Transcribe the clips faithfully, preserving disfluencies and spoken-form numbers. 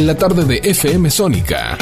en la tarde de F M Sónica.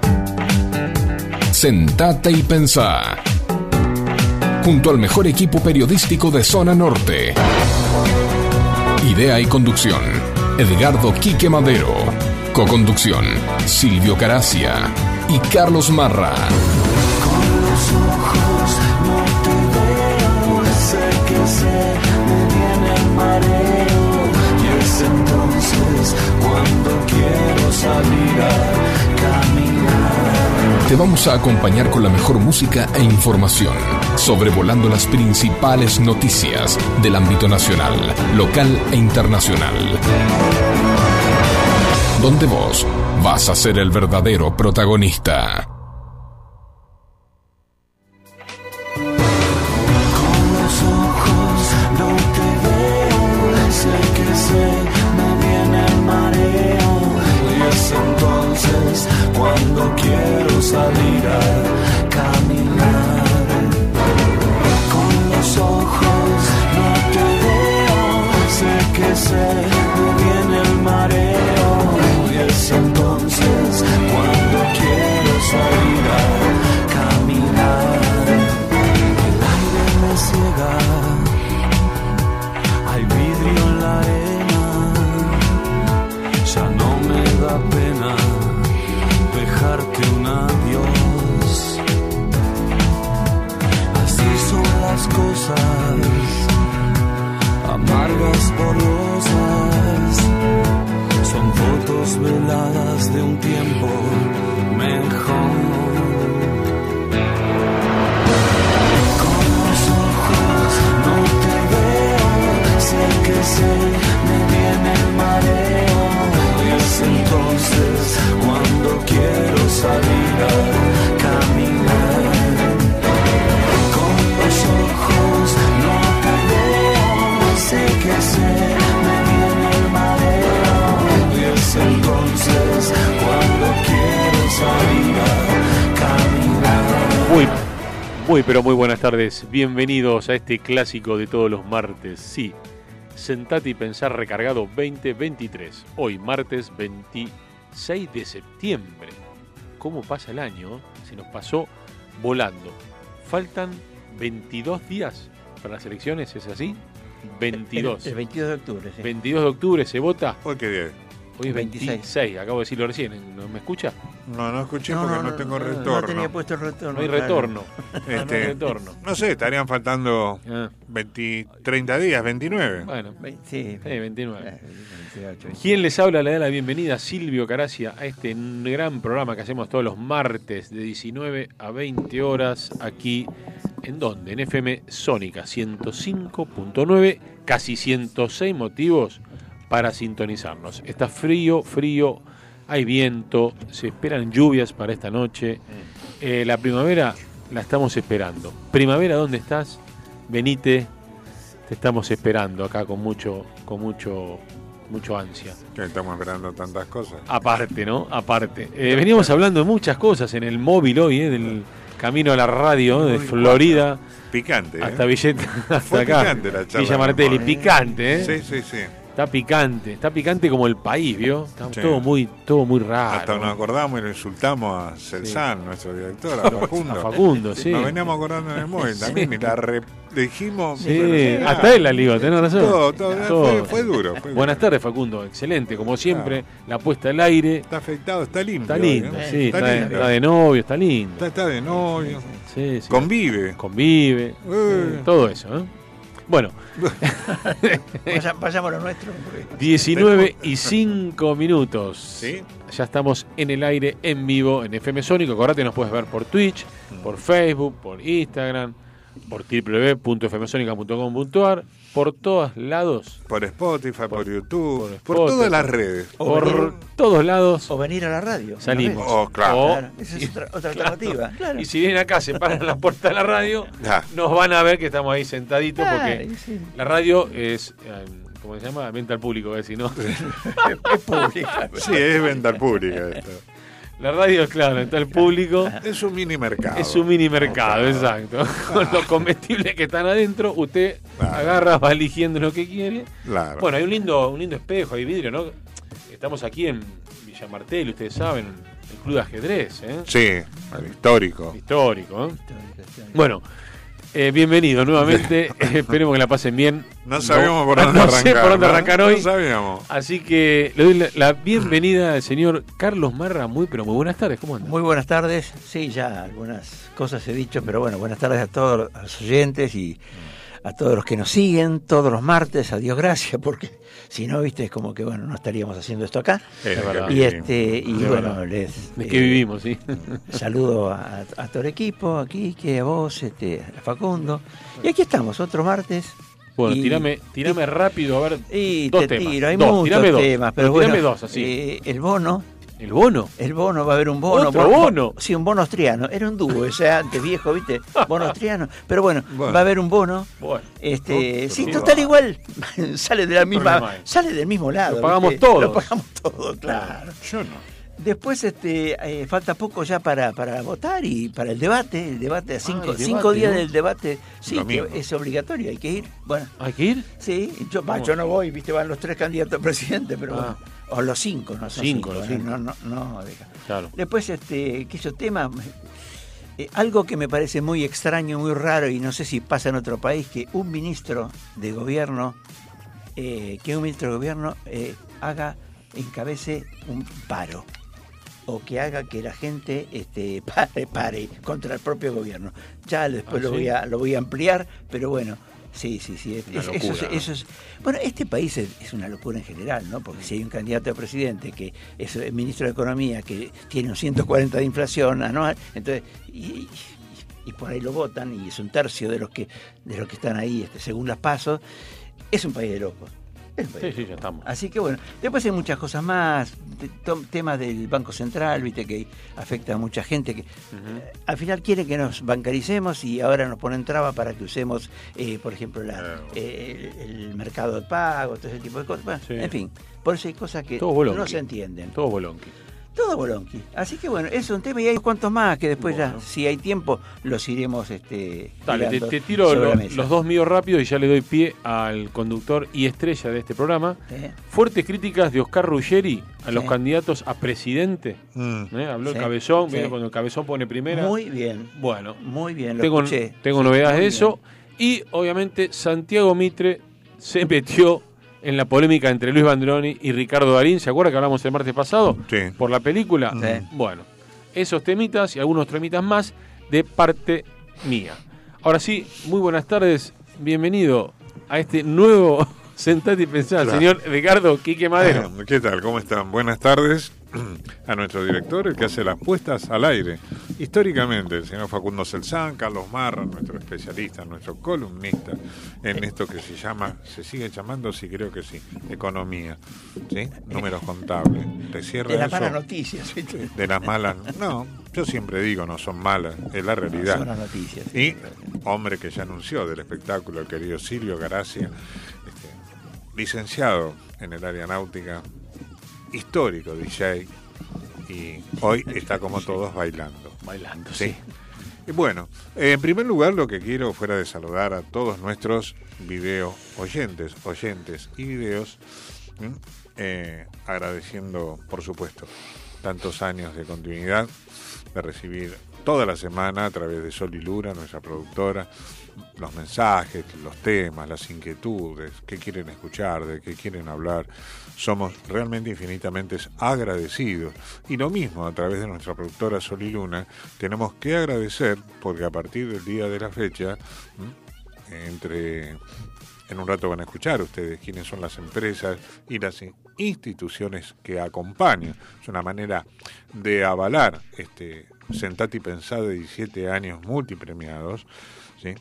Sentate y pensá. Junto al mejor equipo periodístico de Zona Norte. Idea y conducción, Edgardo Quique Madero. Coconducción, Silvio Caracia y Carlos Marra. Con los ojos no te veo, sé que sé, me viene el mareo. Y es entonces cuando quiero salir a caminar. Te vamos a acompañar con la mejor música e información, sobrevolando las principales noticias del ámbito nacional, local e internacional. Donde vos vas a ser el verdadero protagonista. Con los ojos no te veo, sé que sé, me viene el mareo. Y es entonces cuando quiero salir a caminar. Con los ojos no te veo, sé que sé, me viene el mareo. Es entonces cuando quiero salir a caminar. El aire me ciega, hay vidrio en la arena. Ya no me da pena dejarte un adiós. Así son las cosas, amargas, borrosas. Son fotos veladas de un tiempo mejor. Con los ojos no te veo, sé que sé, me viene el mareo. Y es entonces cuando quiero salir a caminar. Con los ojos no te veo, sé que sé, me viene el mareo. Es entonces cuando quiero salir a caminar. Muy, muy, pero muy buenas tardes. Bienvenidos a este clásico de todos los martes. Sí, Sentate y Pensar recargado veinte veintitrés. Hoy, martes veintiséis de septiembre. ¿Cómo pasa el año? Se nos pasó volando. Faltan veintidós días para las elecciones, ¿es así? veintidós. El, el veintidós de octubre, sí. veintidós de octubre, ¿se vota? Hoy qué día. Hoy es veintiséis, acabo de decirlo recién, ¿no me escucha? No, no escuché No, porque no, no, no, tengo no, retorno. No tenía puesto el retorno. No hay claro. retorno. Este, no hay retorno. No sé, estarían faltando Ah. veinte, treinta días, veintinueve. Bueno, Ve- Sí, sí, veintinueve. Eh, veintiocho, ¿Quién les habla? Le da la bienvenida a Silvio Caracia a este gran programa que hacemos todos los martes de diecinueve a veinte horas aquí. ¿En dónde? En F M Sónica ciento cinco punto nueve, casi ciento seis motivos para sintonizarnos. Está frío, frío, hay viento, se esperan lluvias para esta noche. Eh, la primavera la estamos esperando. Primavera, ¿dónde estás? Venite, te estamos esperando acá con mucho, con mucho, mucho ansia. Que estamos esperando tantas cosas. Aparte, ¿no? Aparte. Eh, veníamos hablando de muchas cosas en el móvil hoy, ¿eh? Del camino a la radio, de Florida Picante, ¿eh? hasta Villeta, hasta Fue acá. picante la charla Villa del Martelli, móvil. picante, ¿eh? Sí, sí, sí. Está picante, está picante como el país, ¿vio? Está Sí. todo muy, todo muy raro. Hasta nos acordamos y le insultamos a Celsan, nuestro director, a A Facundo. Facundo, sí. Nos veníamos acordando en el móvil también y la re- le dijimos. Sí, pero- hasta él la ligó, tenés razón. Todo, todo, Fue, fue duro. Fue Buenas duro. tardes, Facundo, excelente, como siempre, la puesta al aire. Está afeitado, está limpio. Está lindo, ¿eh? sí, está, está, de, lindo. está de novio, está lindo. Está, está de novio. Sí, sí. Convive. Convive, Eh. todo eso, ¿eh? Bueno, Vaya- vayamos a lo nuestro. porque- diecinueve y cinco minutos. ¿Sí? Ya estamos en el aire, en vivo, en F M Sónico. Acordate, nos puedes ver por Twitch, por Facebook, por Instagram, por w w w punto f m sonica punto com punto a r, por todos lados, Por Spotify, por, YouTube, por por, Spotify. todas las redes. por todos lados O venir a la radio. salimos. Oh, claro. O- Claro, esa es otra, otra alternativa. Claro. Y si vienen acá, se paran en la puerta de la radio, Ah. nos van a ver que estamos ahí sentaditos Claro, porque y sí. la radio es, eh, ¿cómo se llama? Venta al público, ¿ves? Si no, Es pública. Sí, es venta pública esto. la radio, claro, está el público. Es un mini mercado. Es un mini mercado, exacto. Con los comestibles que están adentro, usted Claro. agarra, va eligiendo lo que quiere. Claro. Bueno, hay un lindo, un lindo espejo, hay vidrio, ¿no? estamos aquí en Villa Martel, ustedes saben, el club de ajedrez, ¿eh? Sí, el histórico. Histórico, ¿eh? Bueno, eh, bienvenido nuevamente. Esperemos que la pasen bien. No sabíamos por dónde no arrancar. sé por dónde ¿no? arrancar hoy. No sabíamos. Así que le doy la, la bienvenida al señor Carlos Marra. Muy, pero muy buenas tardes. ¿Cómo anda? Muy buenas tardes. Sí, ya algunas cosas he dicho, pero bueno, buenas tardes a todos los oyentes y a todos los que nos siguen todos los martes. A Dios gracias, porque si no, viste, es como que bueno, no estaríamos haciendo esto acá. Es Es verdad. que Y vivimos. este y Es bueno, verdad. les ¿De qué eh, vivimos, sí? saludo a, a todo el equipo aquí, que a vos, este, a Facundo. Y aquí estamos, otro martes. Bueno, Y- tirame, tirame rápido, a ver. Y dos te temas. tiro, hay Dos, muchos tirame dos. temas, pero, Pero tirame bueno, dos, así. eh, el bono, ¿El bono? el bono, va a haber un bono. ¿Otro bono? Sí, un bono austriano. Era un dúo, ese antes viejo, ¿viste? Bono austriano. Pero bueno, Bueno. va a haber un bono. Bueno. Este, No, sí, pero total va. igual. sale de la misma, problema hay? sale del mismo lado. Lo pagamos ¿viste? todos. Lo pagamos todos, claro. Yo no. Después este, eh, falta poco ya para, para votar y para el debate. El debate, cinco, el cinco debate, días ¿no? del debate. Sí, Domingo. que es obligatorio, hay que ir. Bueno, ¿Hay que ir? sí, yo, va, Vamos. yo no voy, viste, van los tres candidatos a presidente, pero Ah. bueno. O los cinco, no son Cinco, cinco. los ¿eh? cinco. No, no, no, deja. Claro. Después, este, que yo tema, eh, algo que me parece muy extraño, muy raro, y no sé si pasa en otro país, que un ministro de gobierno, eh, que un ministro de gobierno eh, haga, encabece un paro, o que haga que la gente este, pare, pare contra el propio gobierno. Ya después ¿Ah, lo sí? voy a, lo voy a ampliar, pero bueno. Sí, sí, sí. Una es- locura, eso, es, ¿no? eso es- bueno, este país es, es una locura en general, ¿no? Porque si hay un candidato a presidente que es el ministro de Economía que tiene un ciento cuarenta de inflación anual, entonces y, y- y por ahí lo votan y es un tercio de los que de los que están ahí, este, según las pasos, es un país de locos. Es un país Sí, de sí, ya estamos. Así que bueno, después hay muchas cosas más, de- to- temas del Banco Central, viste, que afecta a mucha gente que eh, al final quiere que nos bancaricemos y ahora nos ponen traba para que usemos, eh, por ejemplo, la, Claro. eh, el, el mercado de pago, todo ese tipo de cosas. Bueno, Sí. en fin, por eso hay cosas que Todo bolonqui. no se entienden. Todo bolonqui. Todo bolonqui. Así que bueno, eso es un tema y hay unos cuantos más que después Bueno. ya, si hay tiempo, los iremos este, Dale, te, tirando te tiro sobre lo- la mesa. los dos míos rápidos y ya le doy pie al conductor y estrella de este programa. ¿Eh? Fuertes críticas de Oscar Ruggeri a los Sí. candidatos a presidente. Mm. ¿eh? Habló Sí, el Cabezón, sí. viene cuando el Cabezón pone primera. Muy bien, Bueno, muy bien, lo tengo, escuché. tengo Sí, novedades muy de eso. Y obviamente Santiago Mitre se metió en la polémica entre Luis Bandroni y Ricardo Darín. ¿Se acuerda que hablamos el martes pasado? Sí. Por la película. Sí. Bueno, esos temitas y algunos temitas más de parte mía. Ahora sí, muy buenas tardes. Bienvenido a este nuevo Sentate y Pensá, Claro. señor Ricardo Quique Madero. Ah, ¿Qué tal? ¿Cómo están? Buenas tardes a nuestro director, el que hace las puestas al aire. Históricamente, el señor Facundo Celsan, Carlos Marra, nuestro especialista, nuestro columnista en esto que se llama, se sigue llamando, sí creo que sí, economía, ¿sí? Números contables. ¿Te cierra De las eso? malas noticias, ¿viste? De las malas, no, yo siempre digo, no son malas, es la realidad. Son las noticias. Y hombre que ya anunció del espectáculo, el querido Silvio Garacia, este, licenciado en el área náutica, histórico D J, y hoy está como todos bailando. Bailando, Sí. Y bueno, eh, en primer lugar lo que quiero, fuera de saludar a todos nuestros video oyentes, oyentes y videos, ¿m? Eh, agradeciendo, por supuesto, tantos años de continuidad, de recibir toda la semana a través de Sol y Lura, nuestra productora, los mensajes, los temas, las inquietudes, qué quieren escuchar, de qué quieren hablar. Somos realmente infinitamente agradecidos. Y lo mismo a través de nuestra productora Sol y Luna, tenemos que agradecer porque a partir del día de la fecha, ¿m? entre... En un rato van a escuchar ustedes quiénes son las empresas y las instituciones que acompañan. Es una manera de avalar este Sentate y Pensá de diecisiete años multipremiados, ¿sí?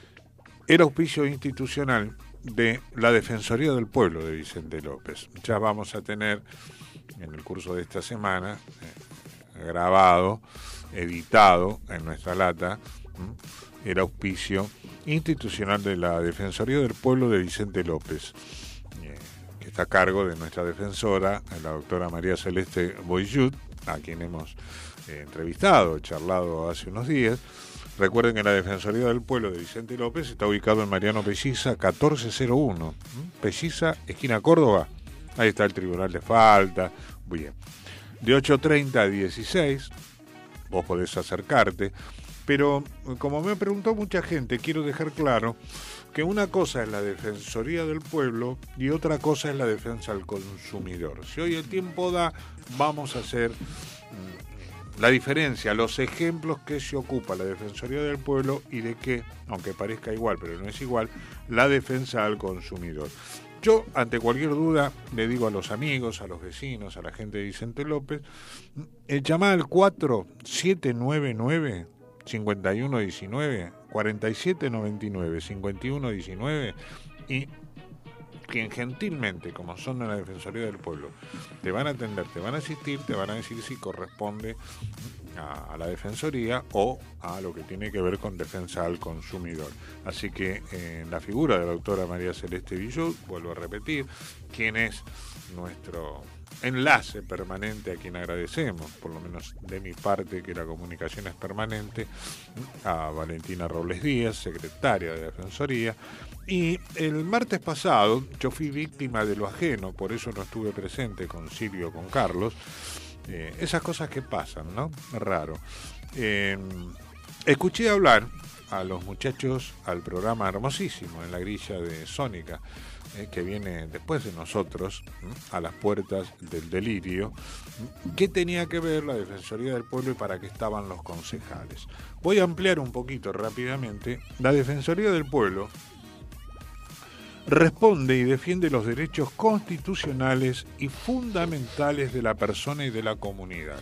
El auspicio institucional de la Defensoría del Pueblo de Vicente López. Ya vamos a tener en el curso de esta semana eh, grabado, editado en nuestra lata, ¿m? el auspicio institucional de la Defensoría del Pueblo de Vicente López, eh, que está a cargo de nuestra defensora, la doctora María Celeste Boyut, a quien hemos eh, entrevistado, charlado hace unos días. Recuerden que la Defensoría del Pueblo de Vicente López está ubicado en Mariano Pelliza catorce cero uno, ¿m? Pelliza, esquina Córdoba, Ahí está el Tribunal de Falta. Bien. De ocho treinta a dieciséis, vos podés acercarte. Pero, como me preguntó mucha gente, quiero dejar claro que una cosa es la Defensoría del Pueblo y otra cosa es la defensa al consumidor. Si hoy el tiempo da, vamos a hacer la diferencia, los ejemplos que se ocupa la Defensoría del Pueblo y de que, aunque parezca igual, pero no es igual, la defensa al consumidor. Yo, ante cualquier duda, le digo a los amigos, a los vecinos, a la gente de Vicente López, eh, llamá al cuatro siete nueve nueve, cinco uno uno nueve, cuatro siete nueve nueve, cinco uno uno nueve y quien gentilmente, como son de la Defensoría del Pueblo, te van a atender, te van a asistir, te van a decir si corresponde a, a la Defensoría o a lo que tiene que ver con defensa al consumidor. Así que en eh, la figura de la doctora María Celeste Villú, vuelvo a repetir, quien es nuestro enlace permanente, a quien agradecemos, por lo menos de mi parte, que la comunicación es permanente, a Valentina Robles Díaz, secretaria de la Defensoría. Y el martes pasado yo fui víctima de lo ajeno, por eso no estuve presente con Silvio, con Carlos. Eh, esas cosas que pasan, ¿no? Raro. Eh, escuché hablar a los muchachos al programa hermosísimo en la grilla de Sónica, eh, que viene después de nosotros, ¿eh? A las puertas del delirio. ¿Qué tenía que ver la Defensoría del Pueblo y para qué estaban los concejales? Voy a ampliar un poquito rápidamente. La Defensoría del Pueblo responde y defiende los derechos constitucionales y fundamentales de la persona y de la comunidad.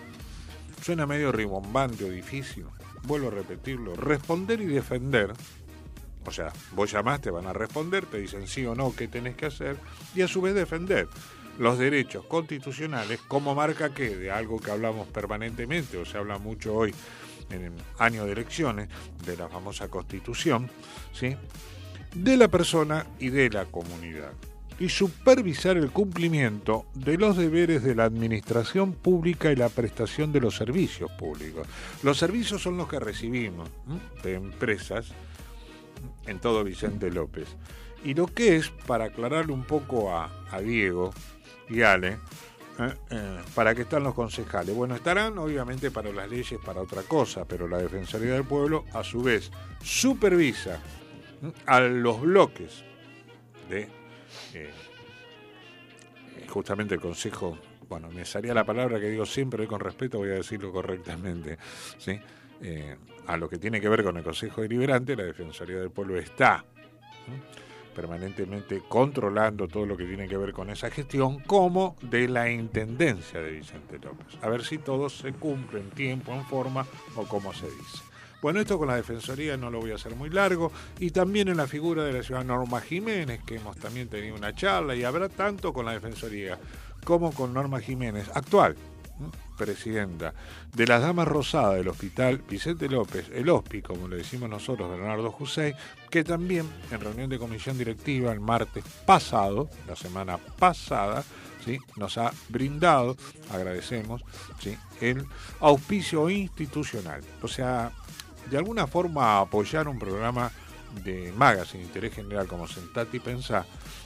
Suena medio rimbombante o difícil. Vuelvo a repetirlo. Responder y defender. O sea, vos llamás, te van a responder, te dicen sí o no, qué tenés que hacer, y a su vez defender los derechos constitucionales, como marca que de algo que hablamos permanentemente, o se habla mucho hoy en el año de elecciones, de la famosa Constitución, ¿sí?, de la persona y de la comunidad, y supervisar el cumplimiento de los deberes de la administración pública y la prestación de los servicios públicos. Los servicios son los que recibimos ¿eh? de empresas en todo Vicente López. Y lo que es, para aclararle un poco a, a Diego y Ale, eh, eh, ¿para qué están los concejales? Bueno, estarán obviamente para las leyes, para otra cosa, pero la Defensoría del Pueblo a su vez supervisa a los bloques de eh, justamente el Consejo, bueno, me salía la palabra que digo siempre, con respeto voy a decirlo correctamente, ¿sí? Eh, a lo que tiene que ver con el Consejo Deliberante, la Defensoría del Pueblo está ¿sí? permanentemente controlando todo lo que tiene que ver con esa gestión, como de la Intendencia de Vicente López. A ver si todo se cumple en tiempo, en forma, o como se dice. Bueno, esto con la Defensoría no lo voy a hacer muy largo, y también en la figura de la ciudadana Norma Jiménez, que hemos también tenido una charla, y habrá tanto con la Defensoría como con Norma Jiménez, actual ¿eh? presidenta de las Damas Rosadas del Hospital Vicente López, el H O S P I, como le decimos nosotros, Bernardo Jusey, que también en reunión de comisión directiva el martes pasado, la semana pasada, ¿sí?, nos ha brindado, agradecemos, ¿sí?, el auspicio institucional. O sea, de alguna forma apoyar un programa de magazine de interés general como Sentate y Pensá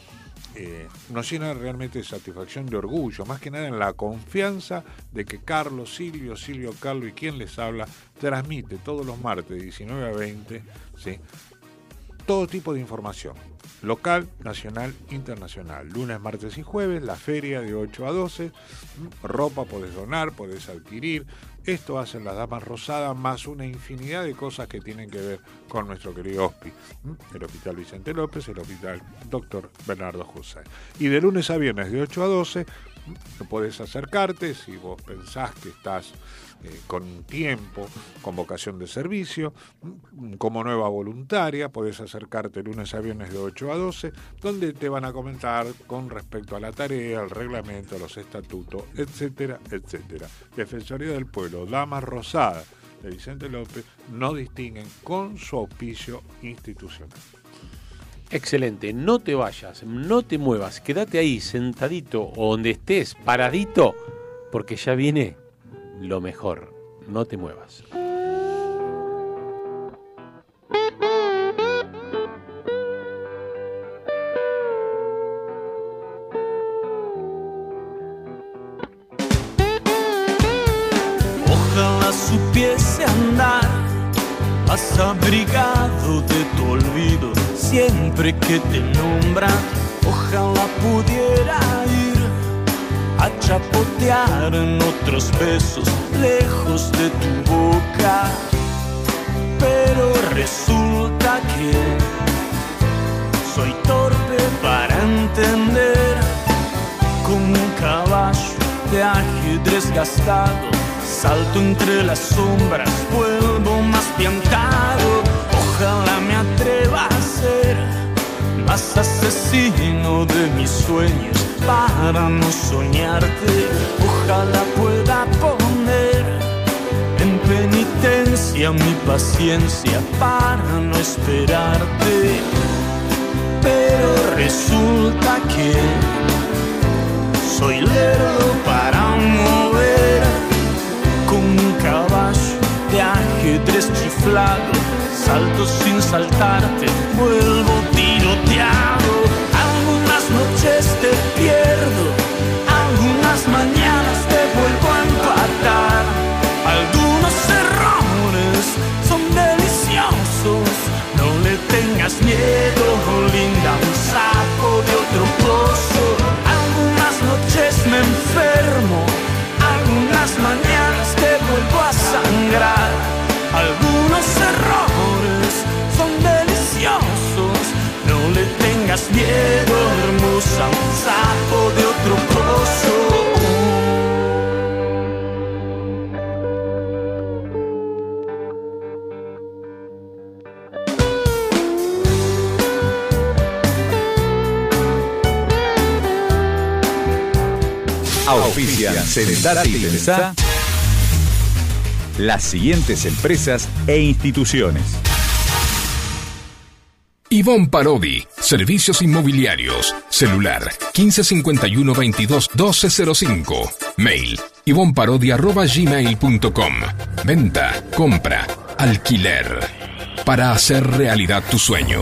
eh, nos llena realmente de satisfacción, de orgullo, más que nada en la confianza de que Carlos, Silvio, Silvio, Carlos y quien les habla transmite todos los martes de diecinueve a veinte, ¿sí?, todo tipo de información, local, nacional, internacional. Lunes, martes y jueves, la feria de ocho a doce, ropa podés donar, podés adquirir. Esto hacen las Damas Rosadas, más una infinidad de cosas que tienen que ver con nuestro querido H O S P I, el Hospital Vicente López, el Hospital Doctor Bernardo Jusey. Y de lunes a viernes de ocho a doce, podés acercarte si vos pensás que estás eh, con tiempo, con vocación de servicio, como nueva voluntaria, podés acercarte lunes a viernes de ocho a doce, donde te van a comentar con respecto a la tarea, al reglamento, a los estatutos, etcétera, etcétera. Defensoría del Pueblo, Damas Rosadas de Vicente López, no distinguen con su auspicio institucional. Excelente, no te vayas, no te muevas, quédate ahí sentadito o donde estés, paradito, porque ya viene lo mejor, no te muevas. supiese andar, vas abrigado de tu olvido siempre que te nombra. Ojalá pudiera ir a chapotear en otros besos lejos de tu boca, pero resulta que soy torpe para entender. Como un caballo de ajedrez gastado, salto entre las sombras, vuelvo más piantado. Ojalá me atreva a ser más asesino de mis sueños para no soñarte. Ojalá pueda poner en penitencia mi paciencia para no esperarte. Pero resulta que soy lerdo para mover, como un caballo de ajedrez chiflado, salto sin saltarte, vuelvo tiroteado. Algunas noches te pierdo, algunas mañanas te vuelvo a empatar. Algunos errores son deliciosos, no le tengas miedo, linda, un sapo de otro pozo. Algunas noches me enfermo, algunas mañanas te vuelvo a sangrar. Algunos errores son deliciosos, no le tengas miedo, hermosa, un sapo de otro pozo. Auspician Sentate y Pensá las siguientes empresas e instituciones. Ivonne Parodi, Servicios Inmobiliarios. Celular quince cincuenta y uno veintidós doce cero cinco. Mail ivonneparodi arroba gmail punto com. Venta, compra, alquiler. Para hacer realidad tu sueño.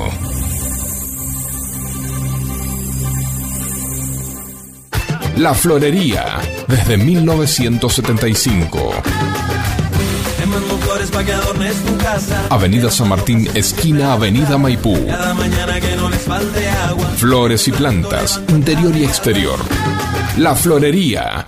La Florería, desde mil novecientos setenta y cinco. Avenida San Martín, esquina Avenida Maipú. Flores y plantas, interior y exterior. La Florería.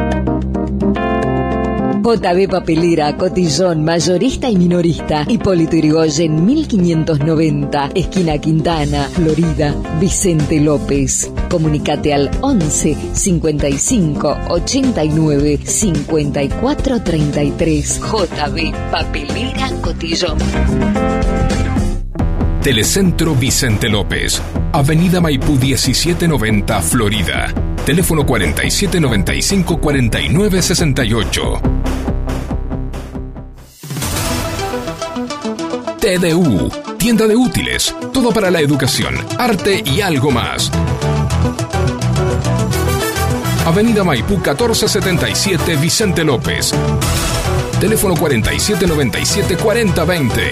J B Papelera, Cotillón, mayorista y minorista. Hipólito Yrigoyen, mil quinientos noventa, esquina Quintana, Florida. Vicente López. Comunicate al once cincuenta y cinco ochenta y nueve cincuenta y cuatro treinta y tres. J B Papelera, Cotillón. Telecentro Vicente López, Avenida Maipú diecisiete noventa, Florida. Teléfono cuarenta y siete noventa y cinco cuarenta y nueve sesenta y ocho. T D U, tienda de útiles, todo para la educación, arte y algo más. Avenida Maipú catorce setenta y siete, Vicente López. Teléfono cuarenta y siete noventa y siete cuarenta veinte.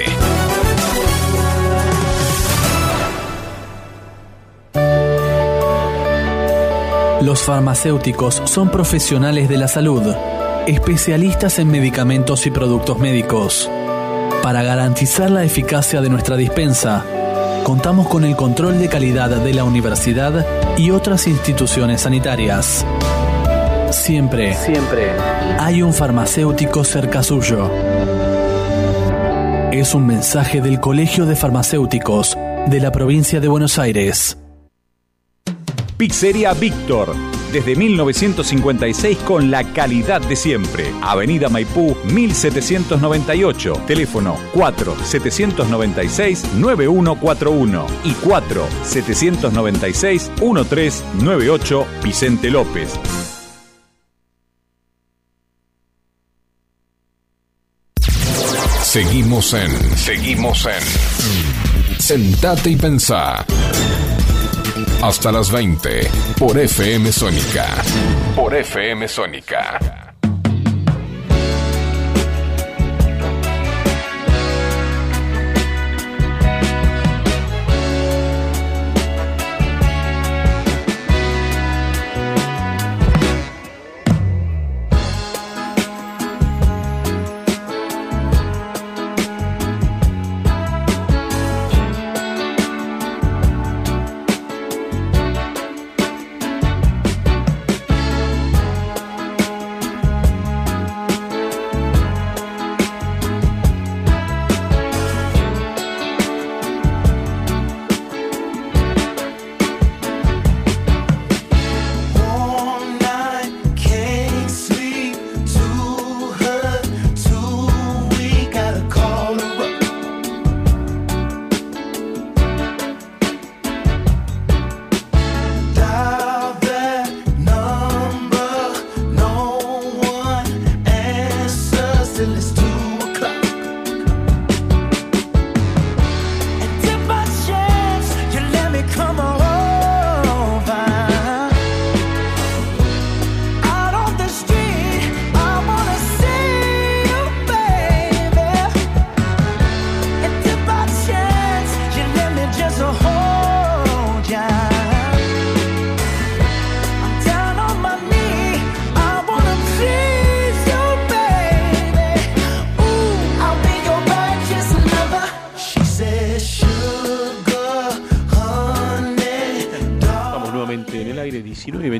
Los farmacéuticos son profesionales de la salud, especialistas en medicamentos y productos médicos. Para garantizar la eficacia de nuestra dispensa, contamos con el control de calidad de la universidad y otras instituciones sanitarias. Siempre, siempre hay un farmacéutico cerca suyo. Es un mensaje del Colegio de Farmacéuticos de la provincia de Buenos Aires. Pizzería Víctor, desde mil novecientos cincuenta y seis con la calidad de siempre. Avenida Maipú mil setecientos noventa y ocho, teléfono cuatro setecientos noventa y seis nueve uno cuatro uno y cuatro setecientos noventa y seis trece noventa y ocho, Vicente López. Seguimos en Seguimos en Sentate y Pensá. Hasta las veinte por F M Sónica. Por F M Sónica.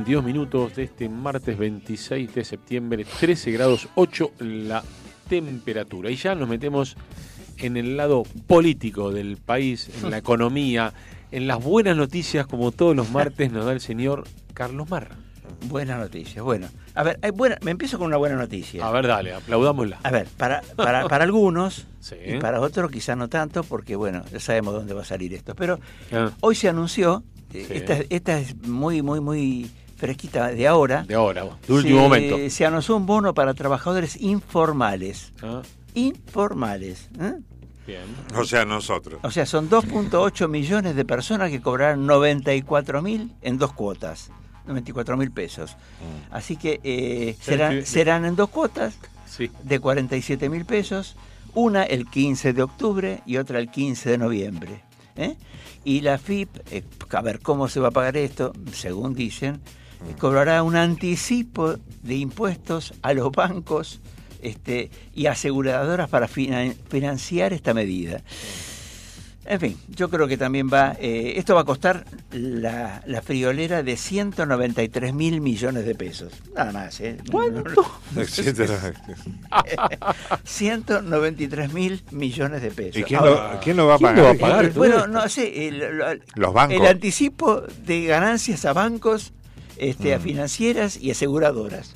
veintidós minutos de este martes veintiséis de septiembre, trece grados ocho la temperatura. Y ya nos metemos en el lado político del país, en la economía, en las buenas noticias, como todos los martes nos da el señor Carlos Marra. Buenas noticias. Bueno, a ver, hay buena, me empiezo con una buena noticia. A ver, dale, aplaudámosla. A ver, para, para, para algunos, Sí. y para otros quizás no tanto, porque bueno, ya sabemos dónde va a salir esto. Pero Ah. hoy se anunció, eh, Sí. esta, esta es muy, muy, muy fresquita de ahora. De ahora, de último se, momento. Se anunció un bono para trabajadores informales. Ah, Informales. ¿eh? bien. O sea, nosotros. O sea, son dos punto ocho millones de personas que cobrarán noventa y cuatro mil en dos cuotas. noventa y cuatro mil pesos. Así que eh, Ya serán, estoy- serán en dos cuotas Sí. de cuarenta y siete mil pesos, una el quince de octubre y otra el quince de noviembre. ¿eh? Y la F I P, eh, a ver cómo se va a pagar esto, según dicen, eh, cobrará un anticipo de impuestos a los bancos este, y aseguradoras para finan- financiar esta medida. En fin, yo creo que también va, eh, esto va a costar la, la friolera de ciento noventa y tres mil millones de pesos. Nada más, ¿eh? ¿Cuánto? Etcétera. ciento noventa y tres mil millones de pesos. ¿Y quién, Ahora, lo, quién lo va a ¿quién pagar? lo va a pagar? todo bueno, esto? no sé, el, el- Los bancos. el anticipo de ganancias a bancos, este, a Mm. financieras y aseguradoras.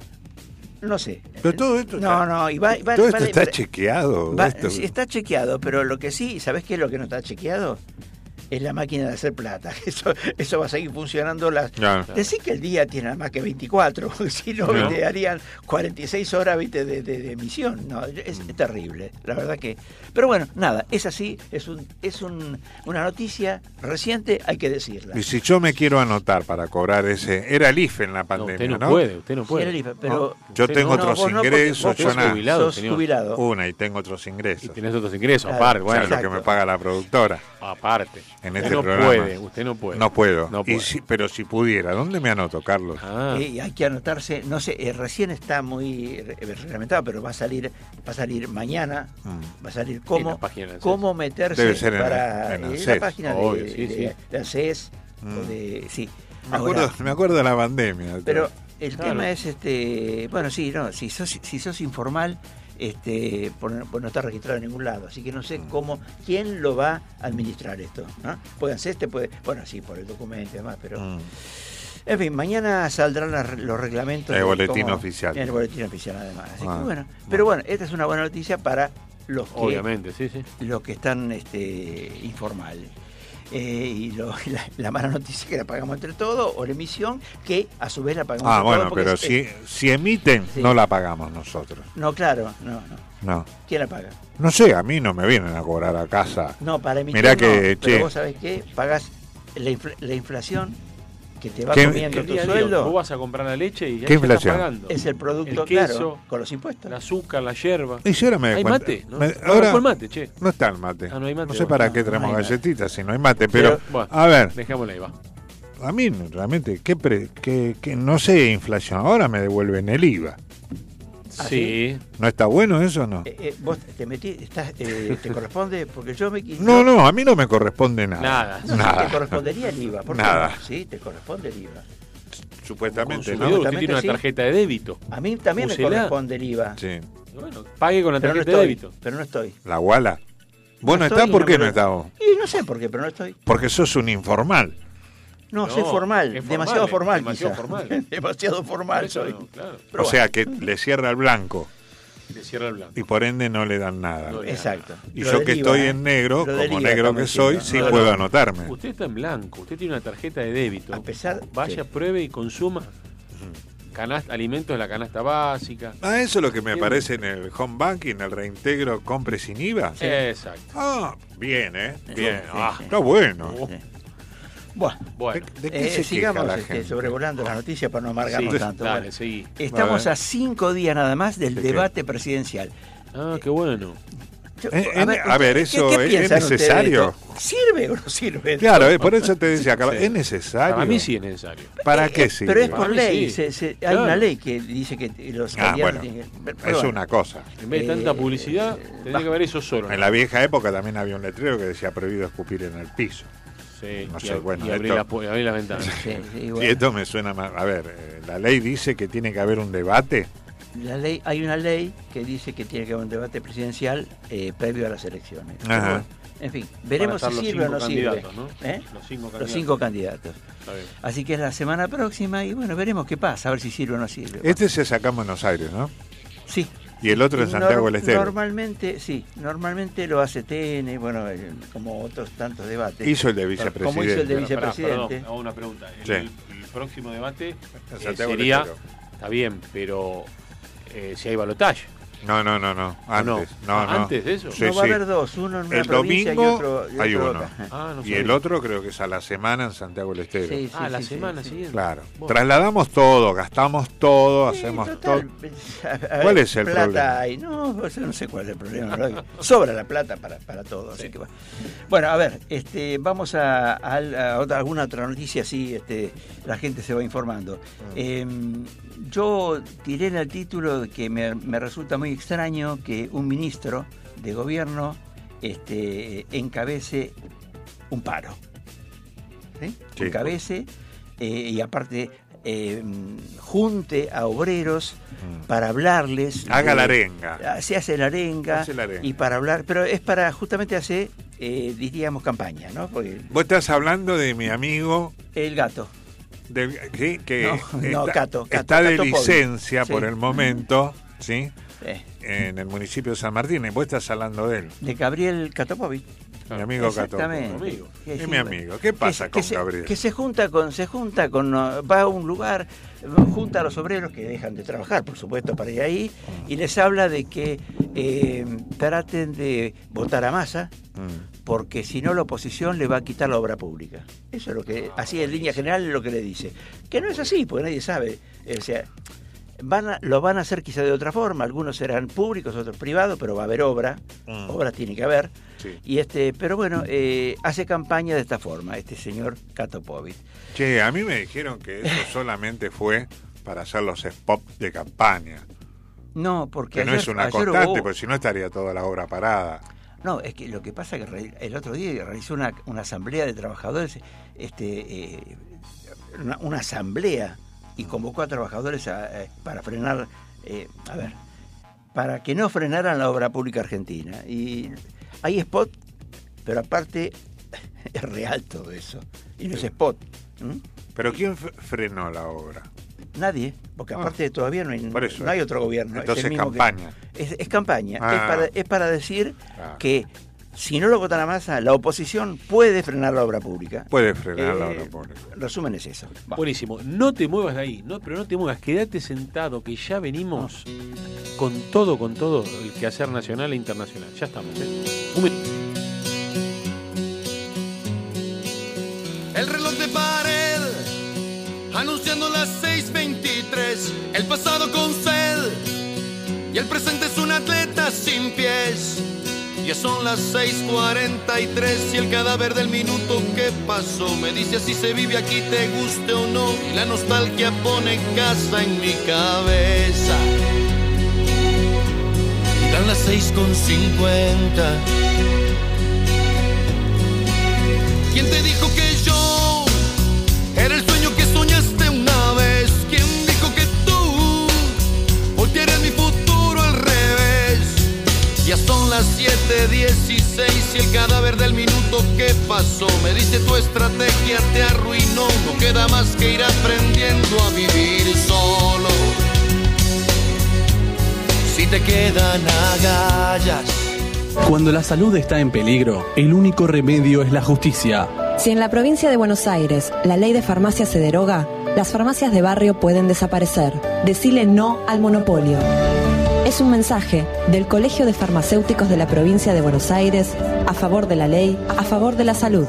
No sé. Pero todo esto No, está, no, y va, va- todo esto va- está va- chequeado. va- esto- sí, está chequeado, pero lo que sí, ¿sabés qué es lo que no está chequeado? Es la máquina de hacer plata. Eso, eso va a seguir funcionando. Las... Claro. Decir que el día tiene nada más que veinticuatro, porque si no, No. te harían cuarenta y seis horas, ¿viste? De, de- de emisión. No, es, es terrible, la verdad que... Pero bueno, nada, es así, es, un, es un, una noticia reciente, hay que decirla. Y si yo me quiero anotar para cobrar ese... Era el I F E en la No, pandemia, usted ¿no? no puede, usted no Sí, puede. era el I F E, pero... Yo Usted tengo no, otros vos no, porque ingresos, vos yo sos nada. jubilado, sos señor. jubilado. Una, y tengo otros Y ingresos. tenés otros ingresos, Claro, aparte, O bueno, sea, lo que exacto. me paga la productora. aparte. En Usted este no programa. puede, usted no puede. No puedo. No Y puede. si- pero si pudiera, ¿dónde me anoto, Carlos? Ah, Eh, hay que anotarse, no sé, eh, recién está muy re- reglamentado, pero va a salir, va a salir mañana, Mm. va a salir en la cómo, página del cómo meterse Debe ser en para el- en el eh, C E la S. página de, Obvio, sí, de- sí. de la C E S Mm. o de sí. Me Ahora, acuerdo, me acuerdo de la pandemia. pero el Claro. tema es este, bueno, sí, no, si sos si sos informal, este, por, por no está registrado en ningún lado, así que no sé Mm. cómo, quién lo va a administrar esto, ¿no? Pueden ser este, puede, bueno, sí, por el documento y demás, pero Mm. en fin, mañana saldrán las- los reglamentos. El de boletín cómo- oficial. En el boletín oficial, además. Así Ah, que bueno. Pero bueno, esta es una buena noticia para los que, obviamente, sí, sí. los que están este, informales. Eh, y lo- la, la mala noticia que la pagamos entre todos, o la emisión, que a su vez la pagamos Ah, entre bueno, todos. porque pero es- si, si emiten, Sí. no la pagamos nosotros. No, claro, no, no. No. ¿Quién la paga? No sé, a mí no me vienen a cobrar a casa. No, para emitir Mirá no, que, pero che. vos sabés qué, pagás la, infla- la inflación que te va ¿Qué- comiendo El tu día a día, sueldo, vos vas a comprar la leche y ya ¿Qué ya estás inflación? pagando. es el producto, El queso, claro, con los impuestos. El azúcar, la yerba. Y si ahora me doy ¿Hay cuenta- mate? ¿No? me- No ahora arrancó el mate, che. no está el mate. Ah, no hay mate, sé bueno. para No, qué no tenemos hay mate. galletitas si no hay mate, pero, Bueno, a ver, dejémosla ahí, va. a mí realmente, ¿qué, pre- qué- qué- no sé, inflación, ahora me devuelven el I V A. ¿Ah, Sí. ¿No está bueno eso o no? Eh, eh, vos te metí, estás, eh, te corresponde, porque yo me quise. No, no, a mí no me corresponde nada. Nada. No, sí, Nada. te correspondería el I V A, ¿por qué Nada. no? Sí, te corresponde el I V A. Supuestamente, Consumidor, ¿no? usted tiene una sí. tarjeta de débito. A mí también me Úsela. corresponde el I V A. Sí. Bueno, pague con la Pero no tarjeta de estoy, débito. pero no estoy. La Guala. ¿Vos no, No estás? estoy, ¿Por qué no, no pero- estás vos? Y no sé por qué, pero no estoy. Porque sos un informal. No, No, soy formal, es formal, demasiado eh, formal. demasiado quizá. formal. demasiado Por formal eso soy. no, claro. Pero o sea que le cierra el blanco Le cierra el blanco. y por ende no le dan nada. No le- Exacto. Y Lo yo del que I V A, estoy ¿eh? en negro, Lo del como I V A negro que estamos soy, diciendo. sí No, puedo no. anotarme. Usted está en blanco, usted tiene una tarjeta de débito. A pesar- Vaya, sí. pruebe y consuma canasta, alimentos de la canasta básica. Ah, eso es lo que me Bien. aparece en el home banking, el reintegro compre sin I V A. Exacto. Ah, bien, ¿eh? Bien. Sí, Ah, sí. está bueno. Oh, Sí. Bueno, bueno, ¿De, de qué eh, se sigamos queja la este, gente? sobrevolando las noticias para no amargarnos sí, tanto. dale, Bueno, seguí. estamos A ver. a cinco días nada más del ¿De qué? debate presidencial. Ah, qué bueno. Yo- Eh, eh, a ver, ¿qué- eso qué es- es piensan ustedes de necesario. esto? ¿Sirve o no sirve? Claro, eh, por eso te decía, Carlos, Sí. es necesario. Para mí sí es necesario. ¿Para Eh, qué eh, sirve? Pero es Para por mí ley. sí. se- se- hay Claro. una ley que dice que los Ah, candidatos bueno, tienen que. pero es bueno. una cosa. En vez de tanta Eh, publicidad, eh, tendría va. que haber eso solo. En la vieja época también había un letrero que decía prohibido escupir en el piso. Sí. Sí, no y, sé, bueno, y abrir esto, la, abrir la ventana. Sí, sí, sí, bueno. esto me suena más. A ver, eh, la ley dice que tiene que haber un debate. La ley, hay una ley que dice que tiene que haber un debate presidencial eh, previo a las elecciones. Ajá. Pero bueno, en fin, veremos Van a si estar sirve o los no cinco sirve. candidatos, ¿no? ¿Eh? Los cinco Los candidatos. cinco candidatos. Está bien. Así que es la semana próxima y bueno, veremos qué pasa, a ver si sirve o no sirve. Este se saca en Buenos Aires, ¿no? Sí. Y el otro en Santiago Nor- del Estero. Normalmente, sí, normalmente lo hace T N, bueno, eh, como otros tantos debates. Hizo el de Pero como hizo el de vicepresidente. Pará, vicepresidente. perdón, hago una pregunta. El, Sí. el- el próximo debate En eh, Santiago del sería, Estero. está bien, pero eh, si hay balotaje. No, no, no, no. Antes. No, Ah, no. ¿antes de eso? Sí, no va sí. a haber dos, uno en una El provincia domingo y otro, y hay otro uno. acá. Ah, no Y sabía. el otro creo que es a la semana en Santiago del Estero. Sí, sí, Ah, la sí, sí, semana sí. siguiente. Claro. Bueno. Trasladamos todo, gastamos todo, Sí, hacemos total, todo. a- a- ¿Cuál es el plata problema? hay. No, pues, no sé cuál es el problema. ¿no? Sobra la plata para, para todo. Así que, bueno. Bueno, a ver, este, vamos a, a- a otra, alguna otra noticia, así este, la gente se va informando. Eh, yo tiré en el título de que me, me resulta muy extraño que un ministro de gobierno este, encabece un paro. ¿Sí? Sí. Encabece eh, y aparte eh, junte a obreros Mm. para hablarles. Haga de- la arenga. Ah, Se hace la arenga, Hace la arenga. y para hablar, pero es para justamente hacer, eh, diríamos, campaña, ¿no? Porque Vos estás hablando de mi amigo el gato. del- ¿sí? que No, no, está, Cato, Cato, está de Cato Povi. licencia Sí. por el momento, ¿sí? Eh, En el municipio de San Martín. Y vos estás hablando de él. de Gabriel Catopovic. Mi amigo Cato. Exactamente. amigo. Que Es sí, mi bueno. amigo. ¿Qué pasa que, con que se, Gabriel? Que se junta con, se junta con, uh, va a un lugar, junta a los obreros que dejan de trabajar, por supuesto, para ir ahí, y les habla de que eh, traten de votar a Massa, Mm. porque si no la oposición le va a quitar la obra pública. Eso es lo que, así en línea general es lo que le dice. Que no es así, porque nadie sabe. O sea, van a, lo van a hacer quizá de otra forma, algunos serán públicos, otros privados, pero va a haber obra, Mm. obra tiene que haber. Sí. Y este, pero bueno, eh, hace campaña de esta forma, este señor Catopovic. Che, a mí me dijeron que eso solamente fue para hacer los spots de campaña. No, porque Que no ayer- es una ayer constante, hubo- porque si no estaría toda la obra parada. No, es que lo que pasa es que re- el otro día realizó una, una asamblea de trabajadores, este, eh, una, una asamblea, y convocó a trabajadores a, eh, para frenar, eh, a ver, para que no frenaran la obra pública argentina. Y hay spot, pero aparte es real todo eso. Y no es spot. ¿m? Pero ¿quién f- frenó la obra? Nadie, porque Ah, aparte todavía no hay, por eso. no hay otro gobierno. es Entonces el mismo que- campaña. es, es campaña. Ah. Es, para, es para decir Ah. que si no lo votan a Massa, la oposición puede frenar la obra pública. Puede frenar la Eh, obra pública. Resumen es eso. Va. Buenísimo. No te muevas de ahí, no, pero no te muevas, quédate sentado, que ya venimos con todo, con todo el quehacer nacional e internacional. Ya estamos, ¿eh? Un minuto. El reloj de pared, anunciando las seis veintitrés. El pasado con sed y el presente es un atleta sin pies. Ya son las seis cuarenta y tres y el cadáver del minuto que pasó me dice así se vive aquí, te guste o no. Y la nostalgia pone casa en mi cabeza. Y dan las seis con cincuenta. ¿Quién te dijo que yo era el sueño que soñaste una vez? ¿Quién dijo que tú voltearías mi futuro al revés? Ya son las siete dieciséis y el cadáver del minuto que pasó me dice tu estrategia te arruinó. No queda más que ir aprendiendo a vivir solo. Si te quedan agallas. Cuando la salud está en peligro, el único remedio es la justicia. Si en la provincia de Buenos Aires la ley de farmacia se deroga, las farmacias de barrio pueden desaparecer. Decile no al monopolio. Es un mensaje del Colegio de Farmacéuticos de la provincia de Buenos Aires a favor de la ley, a favor de la salud.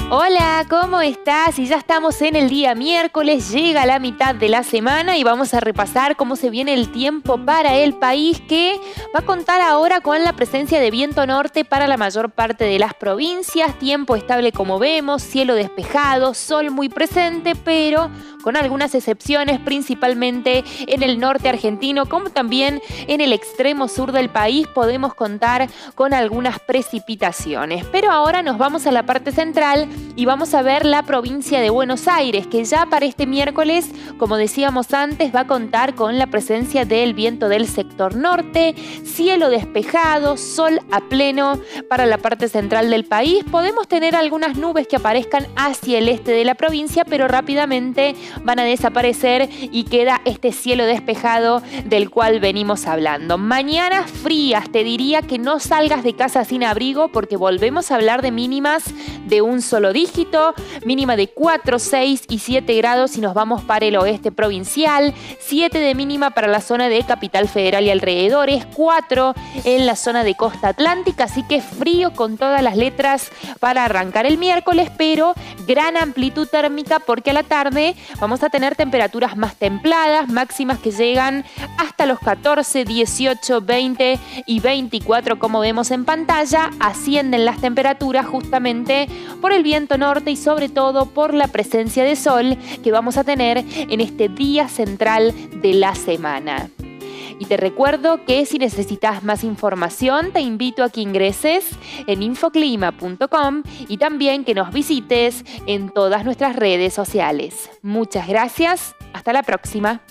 Hola, ¿cómo estás? Y ya estamos en el día miércoles, llega la mitad de la semana y vamos a repasar cómo se viene el tiempo para el país, que va a contar ahora con la presencia de viento norte para la mayor parte de las provincias, tiempo estable como vemos, cielo despejado, sol muy presente, pero con algunas excepciones, principalmente en el norte argentino, como también en el extremo sur del país podemos contar con algunas precipitaciones. Pero ahora nos vamos a la parte central y vamos a ver la provincia de Buenos Aires, que ya para este miércoles, como decíamos antes, va a contar con la presencia del viento del sector norte, cielo despejado, sol a pleno para la parte central del país. Podemos tener algunas nubes que aparezcan hacia el este de la provincia, pero rápidamente van a desaparecer y queda este cielo despejado del cual venimos hablando. Mañana frías, te diría que no salgas de casa sin abrigo porque volvemos a hablar de mínimas de un solo dígito, mínima de cuatro, seis y siete grados si nos vamos para el oeste provincial, siete de mínima para la zona de Capital Federal y alrededores, cuatro en la zona de Costa Atlántica, así que frío con todas las letras para arrancar el miércoles, pero gran amplitud térmica porque a la tarde vamos a tener temperaturas más templadas, máximas que llegan hasta los catorce, dieciocho, veinte y veinticuatro, como vemos en pantalla. Ascienden las temperaturas justamente por el viento norte y sobre todo por la presencia de sol que vamos a tener en este día central de la semana. Y te recuerdo que si necesitas más información, te invito a que ingreses en infoclima punto com y también que nos visites en todas nuestras redes sociales. Muchas gracias, hasta la próxima.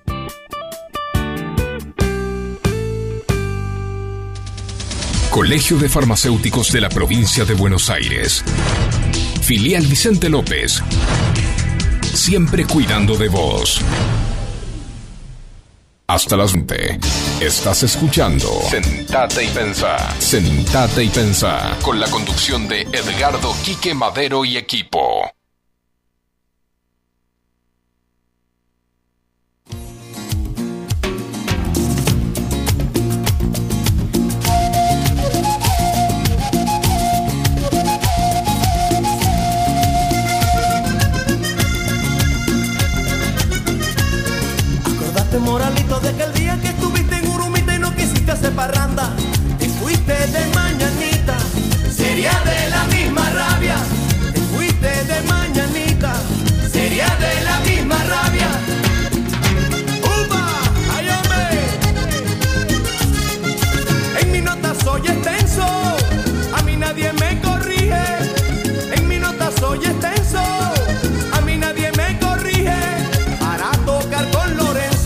Colegio de Farmacéuticos de la Provincia de Buenos Aires. Filial Vicente López. Siempre cuidando de vos. Hasta las veinte. Estás escuchando Sentate y Pensá. Sentate y Pensá. Con la conducción de Edgardo Quique Madero y equipo. Moralito, de aquel día que estuviste en Urumita y no quisiste hacer parranda, te fuiste de mañanita, sería de la misma rabia, te fuiste de mañanita, sería de la misma rabia. ¡Upa! ¡Ay, hombre! En mi nota soy extenso, a mí nadie me corrige, en mi nota soy extenso, a mí nadie me corrige, para tocar con Lorenzo.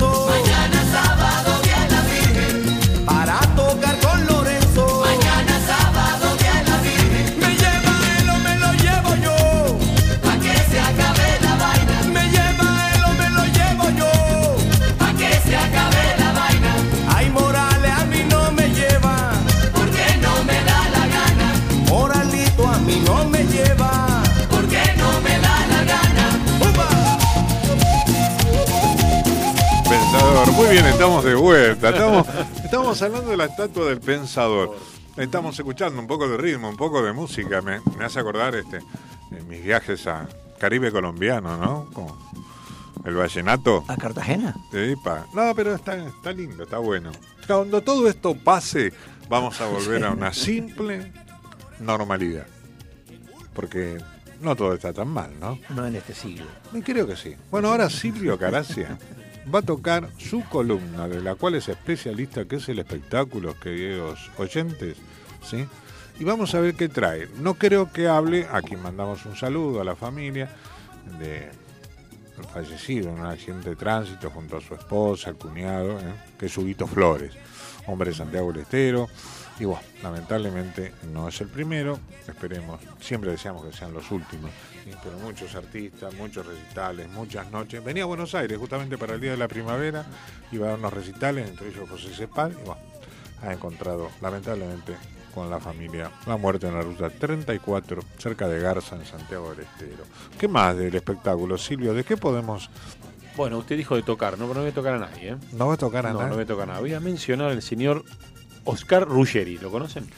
Muy bien, estamos de vuelta. Estamos, estamos hablando de la estatua del pensador. Estamos escuchando un poco de ritmo, un poco de música. Me, me hace acordar este, en mis viajes a Caribe colombiano, ¿no? Como el vallenato. ¿A Cartagena? Sí, pa. No, pero está, está lindo, está bueno. Cuando todo esto pase, vamos a volver a una simple normalidad. Porque no todo está tan mal, ¿no? No en este siglo. Y creo que sí. Bueno, ahora Silvio Caracia va a tocar su columna, de la cual es especialista, que es el espectáculo, queridos oyentes, ¿sí? Y vamos a ver qué trae. No creo que hable, aquí mandamos un saludo a la familia de el fallecido en un accidente de tránsito junto a su esposa, el cuñado, ¿eh? que es Huguito Flores, hombre de Santiago del Estero. Y bueno, lamentablemente no es el primero, esperemos, siempre deseamos que sean los últimos, ¿sí? Pero muchos artistas, muchos recitales, muchas noches. Venía a Buenos Aires justamente para el Día de la Primavera, iba a dar unos recitales, entre ellos José Cepal, y bueno, ha encontrado lamentablemente con la familia la muerte en la ruta treinta y cuatro, cerca de Garza, en Santiago del Estero. ¿Qué más del espectáculo, Silvio? ¿De qué podemos...? Bueno, usted dijo de tocar, no, pero no voy a tocar a nadie, ¿eh? ¿No va a tocar a no, nadie? No, no voy a tocar a nadie. Voy a mencionar al señor Oscar Ruggeri, ¿lo conocen?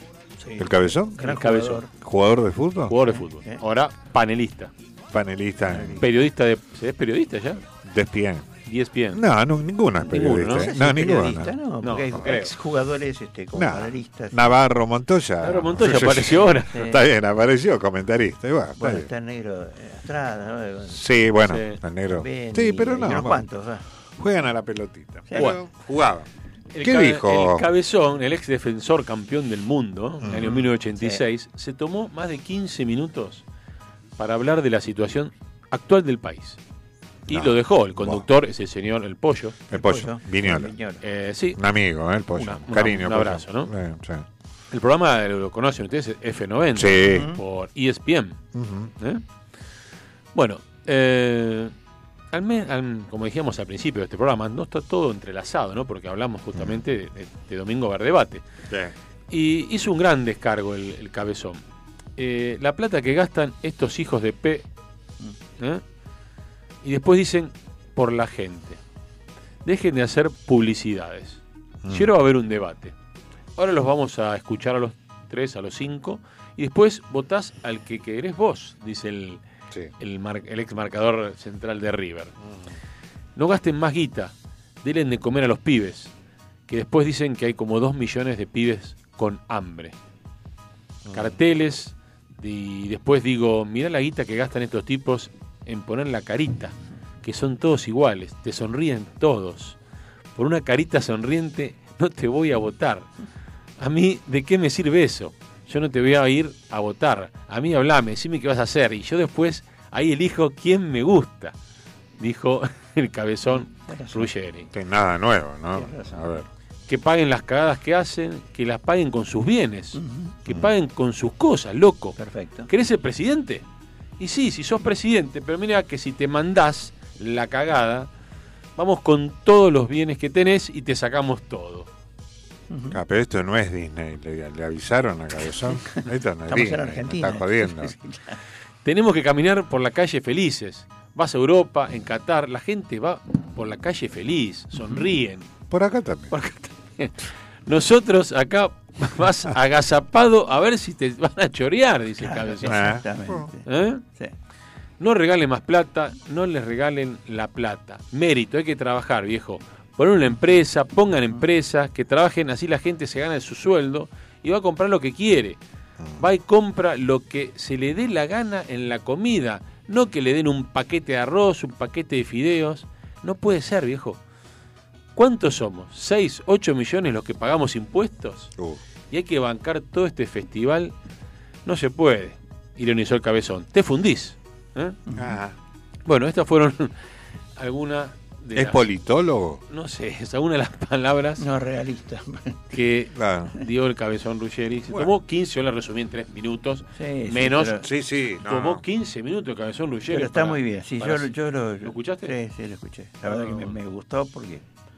Sí. ¿El Cabezón? El Cabezón. ¿Jugador de fútbol? Jugador de fútbol. ¿Eh? Ahora panelista. Panelista. Periodista de. ¿Se es periodista ya? De E S P N. E S P N. No, no, ninguna es Ninguno, periodista. ¿no? ¿eh? No, ninguna. Periodista, no, No, porque no hay creo. exjugadores este, como No. panelistas. Navarro Montoya. Navarro Montoya apareció ahora. Sí. Está bien, apareció comentarista. Igual, está Bueno, bien. está el negro eh, Estrada, ¿no? Sí, bueno, Sí. el negro. Ben Sí, y- pero y no. unos bueno, cuantos, ¿va? Juegan a la pelotita. Sí. Pero Bueno. jugaban. El ¿Qué cabe- dijo? El Cabezón, el ex defensor campeón del mundo, en el año Mm. mil novecientos ochenta y seis, se tomó más de quince minutos para hablar de la situación actual del país. Y No. lo dejó. El conductor es el señor El Pollo. El pollo, Pollo. Viñola. Viñola. Eh, sí, Un amigo, ¿eh? El pollo. Una- una- Cariño. un pollo. abrazo, ¿no? Eh, sí. el programa lo, lo conocen ustedes, es F noventa, Sí. por E S P N. Ujú. ¿eh? Bueno, eh, al me- al- como dijimos al principio de este programa, no está todo entrelazado, ¿no? Porque hablamos justamente de, de- de Domingo Verdebate. Sí. Y hizo un gran descargo el, el Cabezón. Eh, la plata que gastan estos hijos de P. ¿eh? Y después dicen por la gente. Dejen de hacer publicidades. Mm. Quiero haber un debate. Ahora los vamos a escuchar a los tres, a los cinco. Y después votás al que querés vos, dice el, Sí. el, mar- el ex marcador central de River. No gasten más guita. Denle de comer a los pibes. Que después dicen que hay como dos millones de pibes con hambre. Carteles. Y después digo, mirá la guita que gastan estos tipos en poner la carita. Que son todos iguales. Te sonríen todos. Por una carita sonriente no te voy a votar. A mí, ¿de qué me sirve eso? Yo no te voy a ir a votar. A mí hablame, decime qué vas a hacer. Y yo después ahí elijo quién me gusta. Dijo el Cabezón Ruggeri. Que nada nuevo, ¿no? Tienes razón. A ver. Que paguen las cagadas que hacen, que las paguen con sus bienes, que paguen con sus cosas, loco. Perfecto. ¿Querés ser presidente? Y sí, si sos presidente, pero mira que si te mandás la cagada, vamos con todos los bienes que tenés y te sacamos todo. Ah, pero esto no es Disney. Le, le avisaron a Cabezón. Esto no es Estamos en Disney. Argentina. Me está jodiendo. Tenemos que caminar por la calle felices. Vas a Europa, en Qatar, la gente va por la calle feliz, sonríen. Por acá también. Por acá también. Nosotros acá vas agazapado a ver si te van a chorear, dice el Cabezón. Ah. Exactamente. ¿Eh? Sí. No regalen más plata, no les regalen la plata. Mérito, hay que trabajar, viejo. Poner una empresa, pongan empresas, que trabajen, así la gente se gana su sueldo y va a comprar lo que quiere. Va y compra lo que se le dé la gana en la comida. No que le den un paquete de arroz, un paquete de fideos. No puede ser, viejo. ¿Cuántos somos? ¿Seis, ocho millones los que pagamos impuestos? Uh. Y hay que bancar todo este festival. No se puede, ironizó el Cabezón. Te fundís. ¿eh? Ah. Bueno, estas fueron algunas de ¿Es las, politólogo? no sé, es algunas de las palabras No realista. que Claro. dio el Cabezón Ruggeri. Se Bueno. tomó quince, yo la resumí en tres minutos. Sí, sí, menos. pero- Sí, sí. No. Tomó quince minutos el Cabezón Ruggeri. Pero está para- muy bien. Sí, para- yo, yo lo, ¿Lo escuchaste? Sí, sí, lo escuché. Ah, La verdad que me, bueno. me gustó porque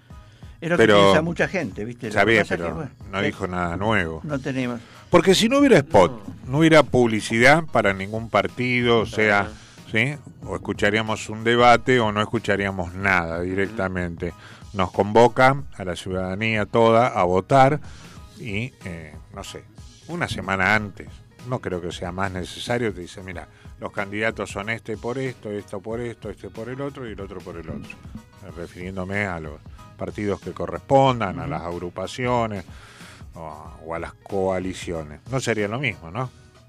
es lo Pero- que piensa mucha gente, ¿viste? Lo Está que bien, pasa es pero que, bueno, no eh, dijo nada nuevo. No tenemos. Porque si no hubiera spot, no hubiera publicidad para ningún partido, o sea, ¿sí? O escucharíamos un debate o no escucharíamos nada directamente. Nos convocan a la ciudadanía toda a votar y, eh, no sé, una semana antes, no creo que sea más necesario, te dice, mira, los candidatos son este por esto, esto por esto, este por el otro y el otro por el otro. Refiriéndome a los partidos que correspondan, a las agrupaciones o, o a las coaliciones. No sería lo mismo, ¿no?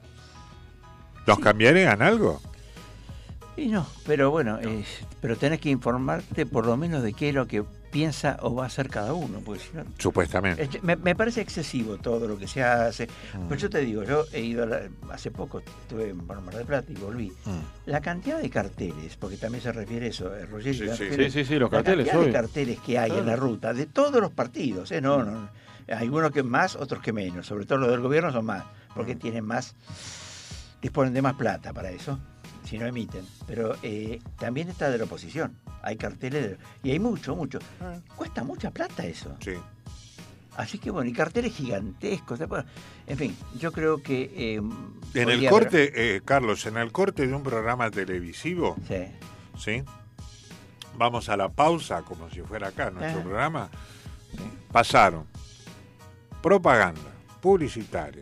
¿Los cambiarían algo? Y no, pero bueno, eh, pero tenés que informarte por lo menos de qué es lo que piensa o va a hacer cada uno, porque si no, Supuestamente. es- me, me parece excesivo todo lo que se hace. Mm. Pero yo te digo, yo he ido a la- hace poco, estuve en Mar del Plata y volví. Mm. La cantidad de carteles, porque también se refiere a eso, eh, Ruggeri, Sí, la- sí. Sí, sí, sí, los la carteles. cantidad de obvio. carteles que hay en la ruta, de todos los partidos, ¿eh? No, no, hay unos que más, otros que menos, sobre todo los del gobierno son más, porque Mm. tienen más, disponen de más plata para eso, si no emiten. Pero eh, también está de la oposición, hay carteles, de- y hay mucho, mucho. Cuesta mucha plata eso. Sí. Así que bueno, y carteles gigantescos. ¿te acuerdas? En fin, yo creo que... eh, En el podría corte, eh, Carlos, en el corte de un programa televisivo, haber- sí. ¿sí? Vamos a la pausa, como si fuera acá nuestro Ah. programa. ¿sí? Pasaron propaganda publicitaria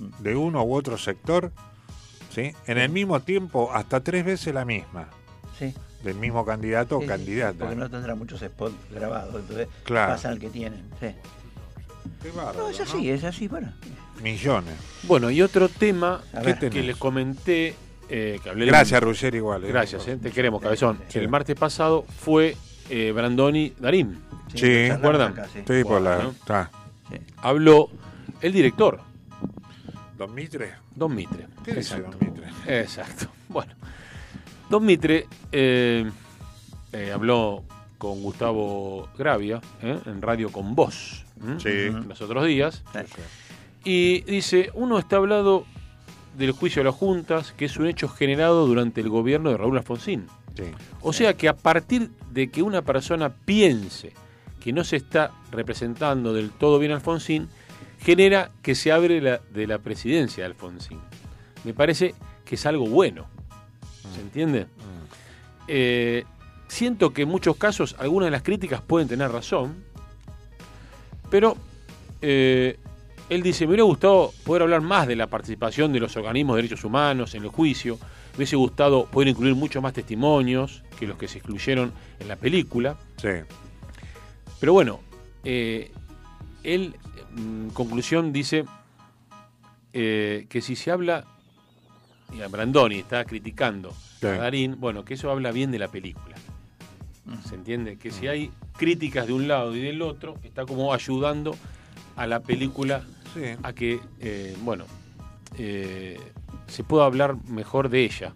de uno u otro sector, ¿sí? En el mismo tiempo, hasta tres veces la misma. Sí. Del mismo candidato Sí, o sí, candidata. porque no tendrá muchos spots grabados, entonces Claro. pasan al que tienen. Sí. Qué bárbaro, No, es así, ¿no? es así, bueno. Millones. Bueno, y otro tema A ¿Qué ver. que tenés? les comenté, eh, que hablé Gracias, Ruggeri, igual. ¿eh? Gracias, eh, te queremos, cabezón. Sí. El martes pasado fue eh, Brandoni Darín. Sí, ¿Se acuerdan? acá, sí. Sí, por la... Bueno. Está. Sí. Habló el director, ¿Don Mitre? Don Mitre. ¿Qué dice Exacto. Don Mitre? Exacto. Bueno, Don Mitre eh, eh, habló con Gustavo Gravia eh, en Radio Con Voz ¿eh? Sí. los otros días Sí. y dice, uno está hablando del juicio de las juntas, que es un hecho generado durante el gobierno de Raúl Alfonsín. Sí. O sea que a partir de que una persona piense que no se está representando del todo bien a Alfonsín, genera que se abre la, de la presidencia de Alfonsín. Me parece que es algo bueno. ¿Se entiende? Eh, siento que en muchos casos algunas de las críticas pueden tener razón, pero eh, él dice, me hubiera gustado poder hablar más de la participación de los organismos de derechos humanos en el juicio, me hubiese gustado poder incluir muchos más testimonios que los que se excluyeron en la película. Sí. Pero bueno, eh, él en conclusión dice eh, que si se habla, y a Brandoni está criticando Sí. a Darín, bueno, que eso habla bien de la película. ¿Se entiende? Que si hay críticas de un lado y del otro, está como ayudando a la película Sí. a que, eh, bueno, eh, se pueda hablar mejor de ella.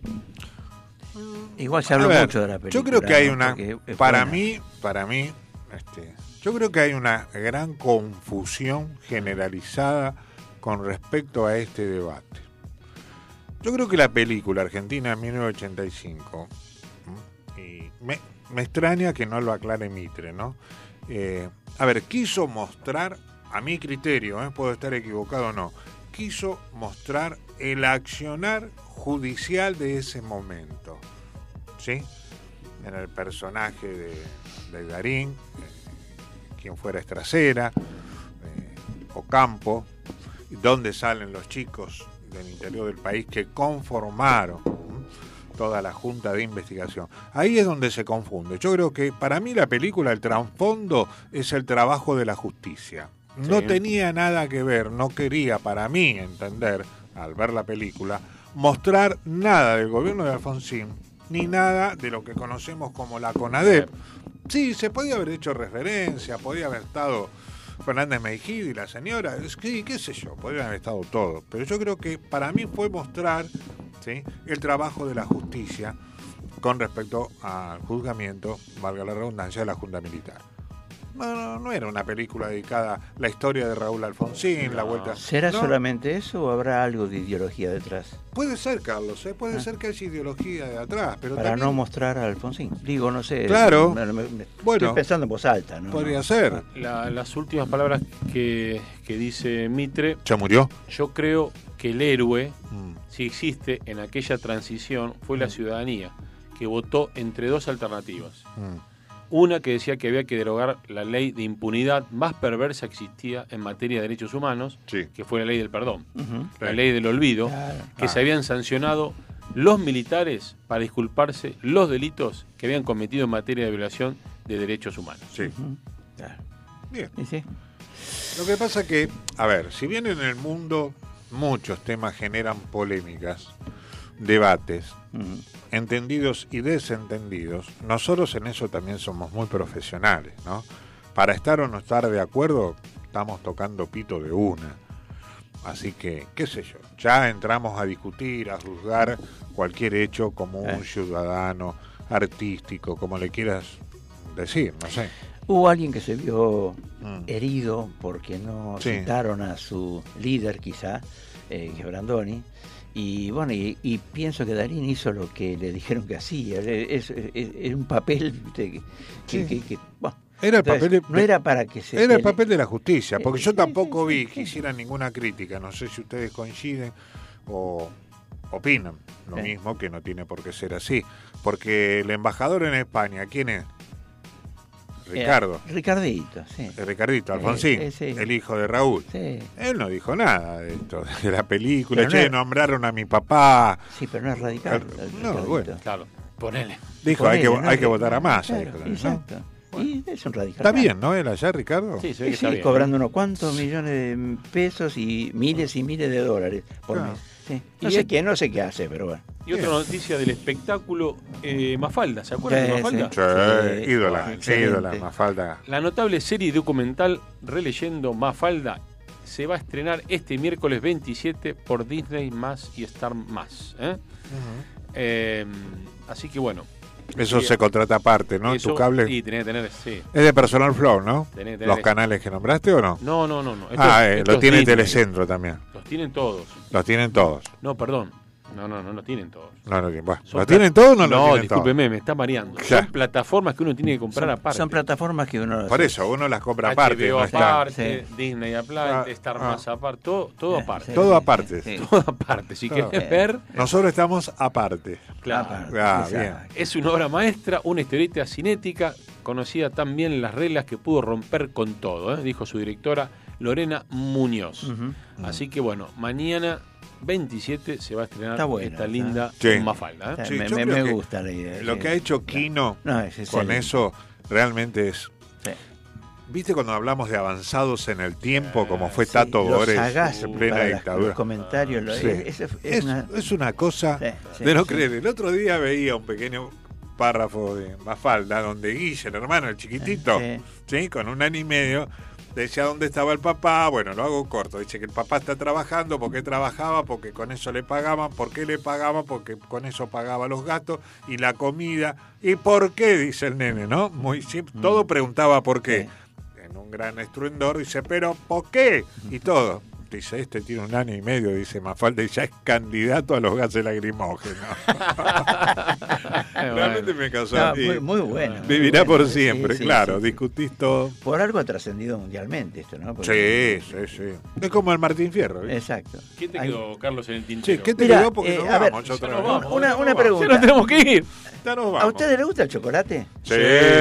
Igual se A habló ver, mucho de la película. Yo creo que hay ¿no? una, Porque es para buena. mí, para mí, este, yo creo que hay una gran confusión generalizada con respecto a este debate. Yo creo que la película Argentina mil novecientos ochenta y cinco, ¿m? y me, me extraña que no lo aclare Mitre, ¿no? Eh, a ver, quiso mostrar, a mi criterio, ¿eh? Puedo estar equivocado o no, quiso mostrar el accionar judicial de ese momento, ¿sí? En el personaje de, de Darín, eh, quien fuera Estracera, eh, Ocampo, donde salen los chicos del interior del país que conformaron ¿m? toda la Junta de Investigación. Ahí es donde se confunde. Yo creo que para mí la película, el trasfondo es el trabajo de la justicia. No Sí. tenía nada que ver, no quería, para mí entender, al ver la película, mostrar nada del gobierno de Alfonsín, ni nada de lo que conocemos como la CONADEP. Sí, se podía haber hecho referencia, podía haber estado Fernández Mejía y la señora, sí, qué sé yo, podrían haber estado todo. Pero yo creo que para mí fue mostrar, ¿sí?, el trabajo de la justicia con respecto al juzgamiento, valga la redundancia, de la Junta Militar. No, no, no era una película dedicada a la historia de Raúl Alfonsín, la vuelta... ¿Será no. solamente eso o habrá algo de ideología detrás? Puede ser, Carlos, ¿eh? puede Ah. ser que haya ideología de atrás, pero Para también no mostrar a Alfonsín. Digo, no sé. Claro. Me- me- me- Bueno. estoy pensando en voz alta, ¿no? podría No. ser. La- las últimas palabras que, que dice Mitre, ¿Ya murió? yo creo que el héroe, Mm. si existe en aquella transición, fue la Mm. ciudadanía, que votó entre dos alternativas. Mm. Una que decía que había que derogar la ley de impunidad más perversa que existía en materia de derechos humanos, Sí. que fue la ley del perdón, Ujú. la ley del olvido, Claro. que Ah. se habían sancionado los militares para disculparse los delitos que habían cometido en materia de violación de derechos humanos. Sí. Ujú. Claro. Bien. Sí, sí. Lo que pasa que, a ver, si bien en el mundo muchos temas generan polémicas, debates, Ujú. entendidos y desentendidos, nosotros en eso también somos muy profesionales, ¿no? Para estar o no estar de acuerdo, estamos tocando pito de una. Así que, qué sé yo, ya entramos a discutir, a juzgar cualquier hecho como un Eh. ciudadano artístico, como le quieras decir, no sé. Hubo alguien que se vio Mm. herido porque no Sí. citaron a su líder, quizá, eh, que es Brandoni. Y bueno, y, y pienso que Darín hizo lo que le dijeron que hacía. Es, es- es- es un papel ¿viste? que, que- Sí. que- que- bueno, Era el entonces, papel de- no era para que se... Era el pele- papel de la justicia, porque yo Eh, tampoco sí, sí, vi sí. que hicieran ninguna crítica, no sé si ustedes coinciden o opinan lo Sí. mismo, que no tiene por qué ser así, porque el embajador en España, ¿quién es? Ricardo. Eh, Ricardito, sí. El Ricardito, Alfonsín, Eh, sí. el hijo de Raúl. Sí. Él no dijo nada de esto, de la película. Pero Che, no es- nombraron a mi papá. Sí, pero no es radical. No, el Ricardito. bueno. Claro, ponele. Dijo, Ponele, hay que, ¿no? hay que votar a Massa. Claro, dijo, ¿no? exacto. Y es un radical. Está bien, ¿no? Él allá, Ricardo. Sí, se ve que Sí, está bien. cobrando unos cuantos millones de pesos y miles y miles de dólares por Claro. mes. Sí. No Y sé es- qué, no sé qué hace, pero bueno. Y otra noticia del espectáculo, eh, Mafalda, ¿se acuerdan Sí, de Mafalda? Sí, Sí, ídola, excelente. ídola, más falta. La notable serie documental Releyendo Mafalda se va a estrenar este miércoles veintisiete por Disney más y Star más. ¿eh? Eh, así que bueno. Eso Sí, se contrata aparte, ¿no? eso- Tu cable. Y tenés que tener, sí. Es de Personal Flow, ¿no? Tenés que tener- Los canales que nombraste o no. No, no, no. no. Esto ah, es- eh, esto lo es tiene Disney. Telecentro también. Los tienen todos. Los tienen todos. No, perdón. No, no, no los tienen todos. No, no, bueno, Son ¿lo pla- tienen todos o no, no lo tienen discúlpeme, todos? me está mareando. Ya. Son plataformas que uno tiene que comprar Son, aparte. son plataformas que uno... Por eso, uno las compra aparte. H B O no está- aparte, Sí. Disney aparte, Ah, Star ah. más aparte, todo, todo Sí, aparte. sí, Todo sí, aparte. sí, sí. Todo aparte. Si Claro. querés ver, Nosotros estamos aparte. claro. Aparte, Ah, exacto. bien. Es una obra maestra, una historieta cinética, conocida tan bien las reglas que pudo romper con todo, ¿eh? dijo su directora Lorena Muñoz. Ujú. Así que bueno, mañana veintisiete se va a estrenar Está bueno, esta está. linda Sí. Mafalda. ¿eh? Sí, Sí, me yo me- creo me que gusta la idea. Lo sí. que ha hecho Kino No, es con excelente. eso realmente es... Sí. ¿Viste cuando hablamos de avanzados en el tiempo, como fue Sí, Tato lo Bores sagaz en plena para las- dictadura? los comentarios. lo- Sí. es, es- es Es, una- es una cosa Sí, sí, de no sí. creer. El otro día veía un pequeño párrafo de Mafalda donde Guille, el hermano, el chiquitito, Sí. ¿sí? con un año y medio, decía dónde estaba el papá. Bueno, lo hago corto. Dice que el papá está trabajando, porque trabajaba, porque con eso le pagaban, por qué le pagaban, porque con eso pagaba los gastos y la comida. ¿Y por qué? Dice el nene, ¿no? Muy simple. Todo preguntaba por qué. En un gran estruendor dice, ¿pero por qué? Y todo. Dice, este tiene un año y medio, dice Mafalda, y ya es candidato a los gases lacrimógenos. Realmente me causó. No, y muy, muy bueno. muy Vivirá bueno. por siempre, Sí, sí, claro. sí, sí. Discutís todo. Por algo ha trascendido mundialmente esto, ¿no? Porque- Sí, sí, sí. Es como el Martín Fierro, ¿viste? Exacto. ¿Qué te Ahí- quedó, Carlos, en el Sí, tintero? ¿qué te Mira, quedó? Porque eh, nos a ver, vamos. ya ya otra nos vez. vamos. Una, ya una nos vamos. pregunta. Ya nos tenemos que ir. Ya nos vamos. ¿A ustedes les gusta el chocolate? Sí.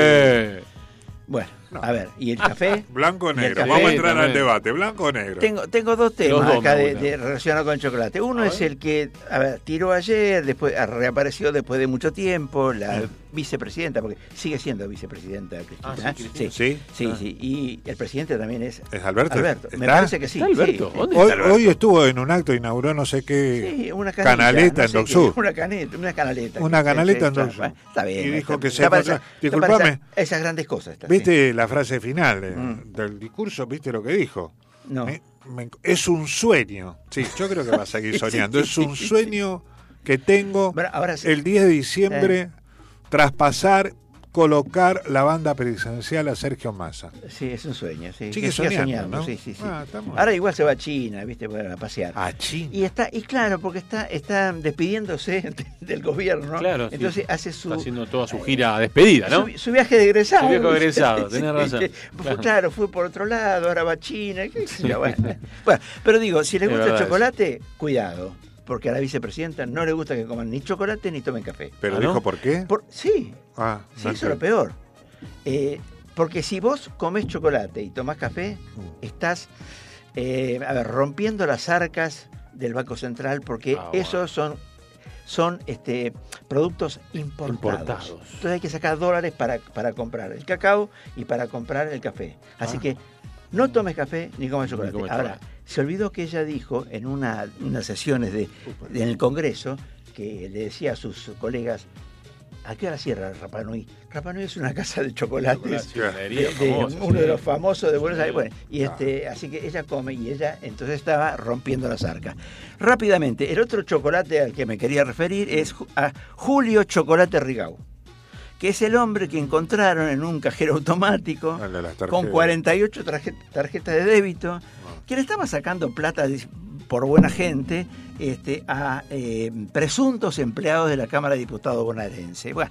Bueno, No. a ver, ¿y el café? Blanco o ¿Y el negro. café? Vamos a entrar al También. debate. Blanco o negro. Tengo, tengo dos temas Los dos acá me de, gustan. de- relacionados con el chocolate. Uno A es ver. el que, a ver, tiró ayer, después ah, reapareció después de mucho tiempo, la vicepresidenta, porque sigue siendo vicepresidenta Cristina. Ah, sí, ¿eh? Cristina. Sí. sí, Ah. sí. Y el presidente también es ¿Es Alberto? Alberto. Me ¿Está? parece que sí. ¿Está Alberto? sí. ¿Dónde Hoy, está Alberto? hoy estuvo en un acto, inauguró no sé qué Sí, una caneta, canaleta no en sé Doc qué, Sur. Una caneta, una canaleta. Una Sí, canaleta sí, en Doc está, Sur. está bien. Y dijo está- que se está para encontraba- esa- está para Disculpame. esa- esas grandes cosas. Está, ¿Viste la frase final de- Mm. del discurso? ¿Viste lo que dijo? sí. No. Me- me- es un sueño. Sí, yo creo que va a seguir Sí, soñando. sí, Es un sí, sueño que tengo Bueno, ahora sí. el diez de diciembre, traspasar, colocar la banda presidencial a Sergio Massa. Sí, es un sueño. Sí, Sigue que siga soñando, ¿no? Sí, sí, sí. Ah, está muy Ahora igual se va a China, ¿viste? Para pasear. A China. Y está, y claro, porque está, está despidiéndose de- del gobierno. Claro, sí. Entonces hace su, Está haciendo toda su gira despedida, ¿no? su, su viaje de egresado. Su viaje de ¿viste? egresado, Sí, tenés sí, razón. sí. Fue- Claro. Claro, fue por otro lado, ahora va a China. qué sé yo, bueno. Bueno, pero digo, si les Es gusta verdad el chocolate, cuidado. Porque a la vicepresidenta no le gusta que coman ni chocolate ni tomen café. ¿Pero ¿Ah, no? dijo por qué? Por- sí, Ah, sí, no eso es lo entiendo. peor. Eh, porque si vos comés chocolate y tomás café, estás eh, a ver, rompiendo las arcas del Banco Central, porque Ah, bueno. esos son, son este, productos importados. Importados. Entonces hay que sacar dólares para, para comprar el cacao y para comprar el café. Así Ah. que no tomes café ni comes chocolate. comes Ahora, chocolate. se olvidó que ella dijo en una, unas sesiones de, de- en el Congreso que le decía a sus colegas: ¿a qué hora cierra Rapa Nui? Rapa Nui es una casa de chocolates. Sí, De, heladería de famosa, uno sí. de los famosos de Buenos Aires. Bueno, y Claro. este, así que ella come y ella entonces estaba rompiendo las arcas. Rápidamente, el otro chocolate al que me quería referir es Ju- a Julio Chocolate Rigau, que es el hombre que encontraron en un cajero automático El de las con tarjetas. cuarenta y ocho tarje- tarjetas de débito, que le estaba sacando plata de- por buena gente este, a eh, presuntos empleados de la Cámara de Diputados bonaerense. Bueno,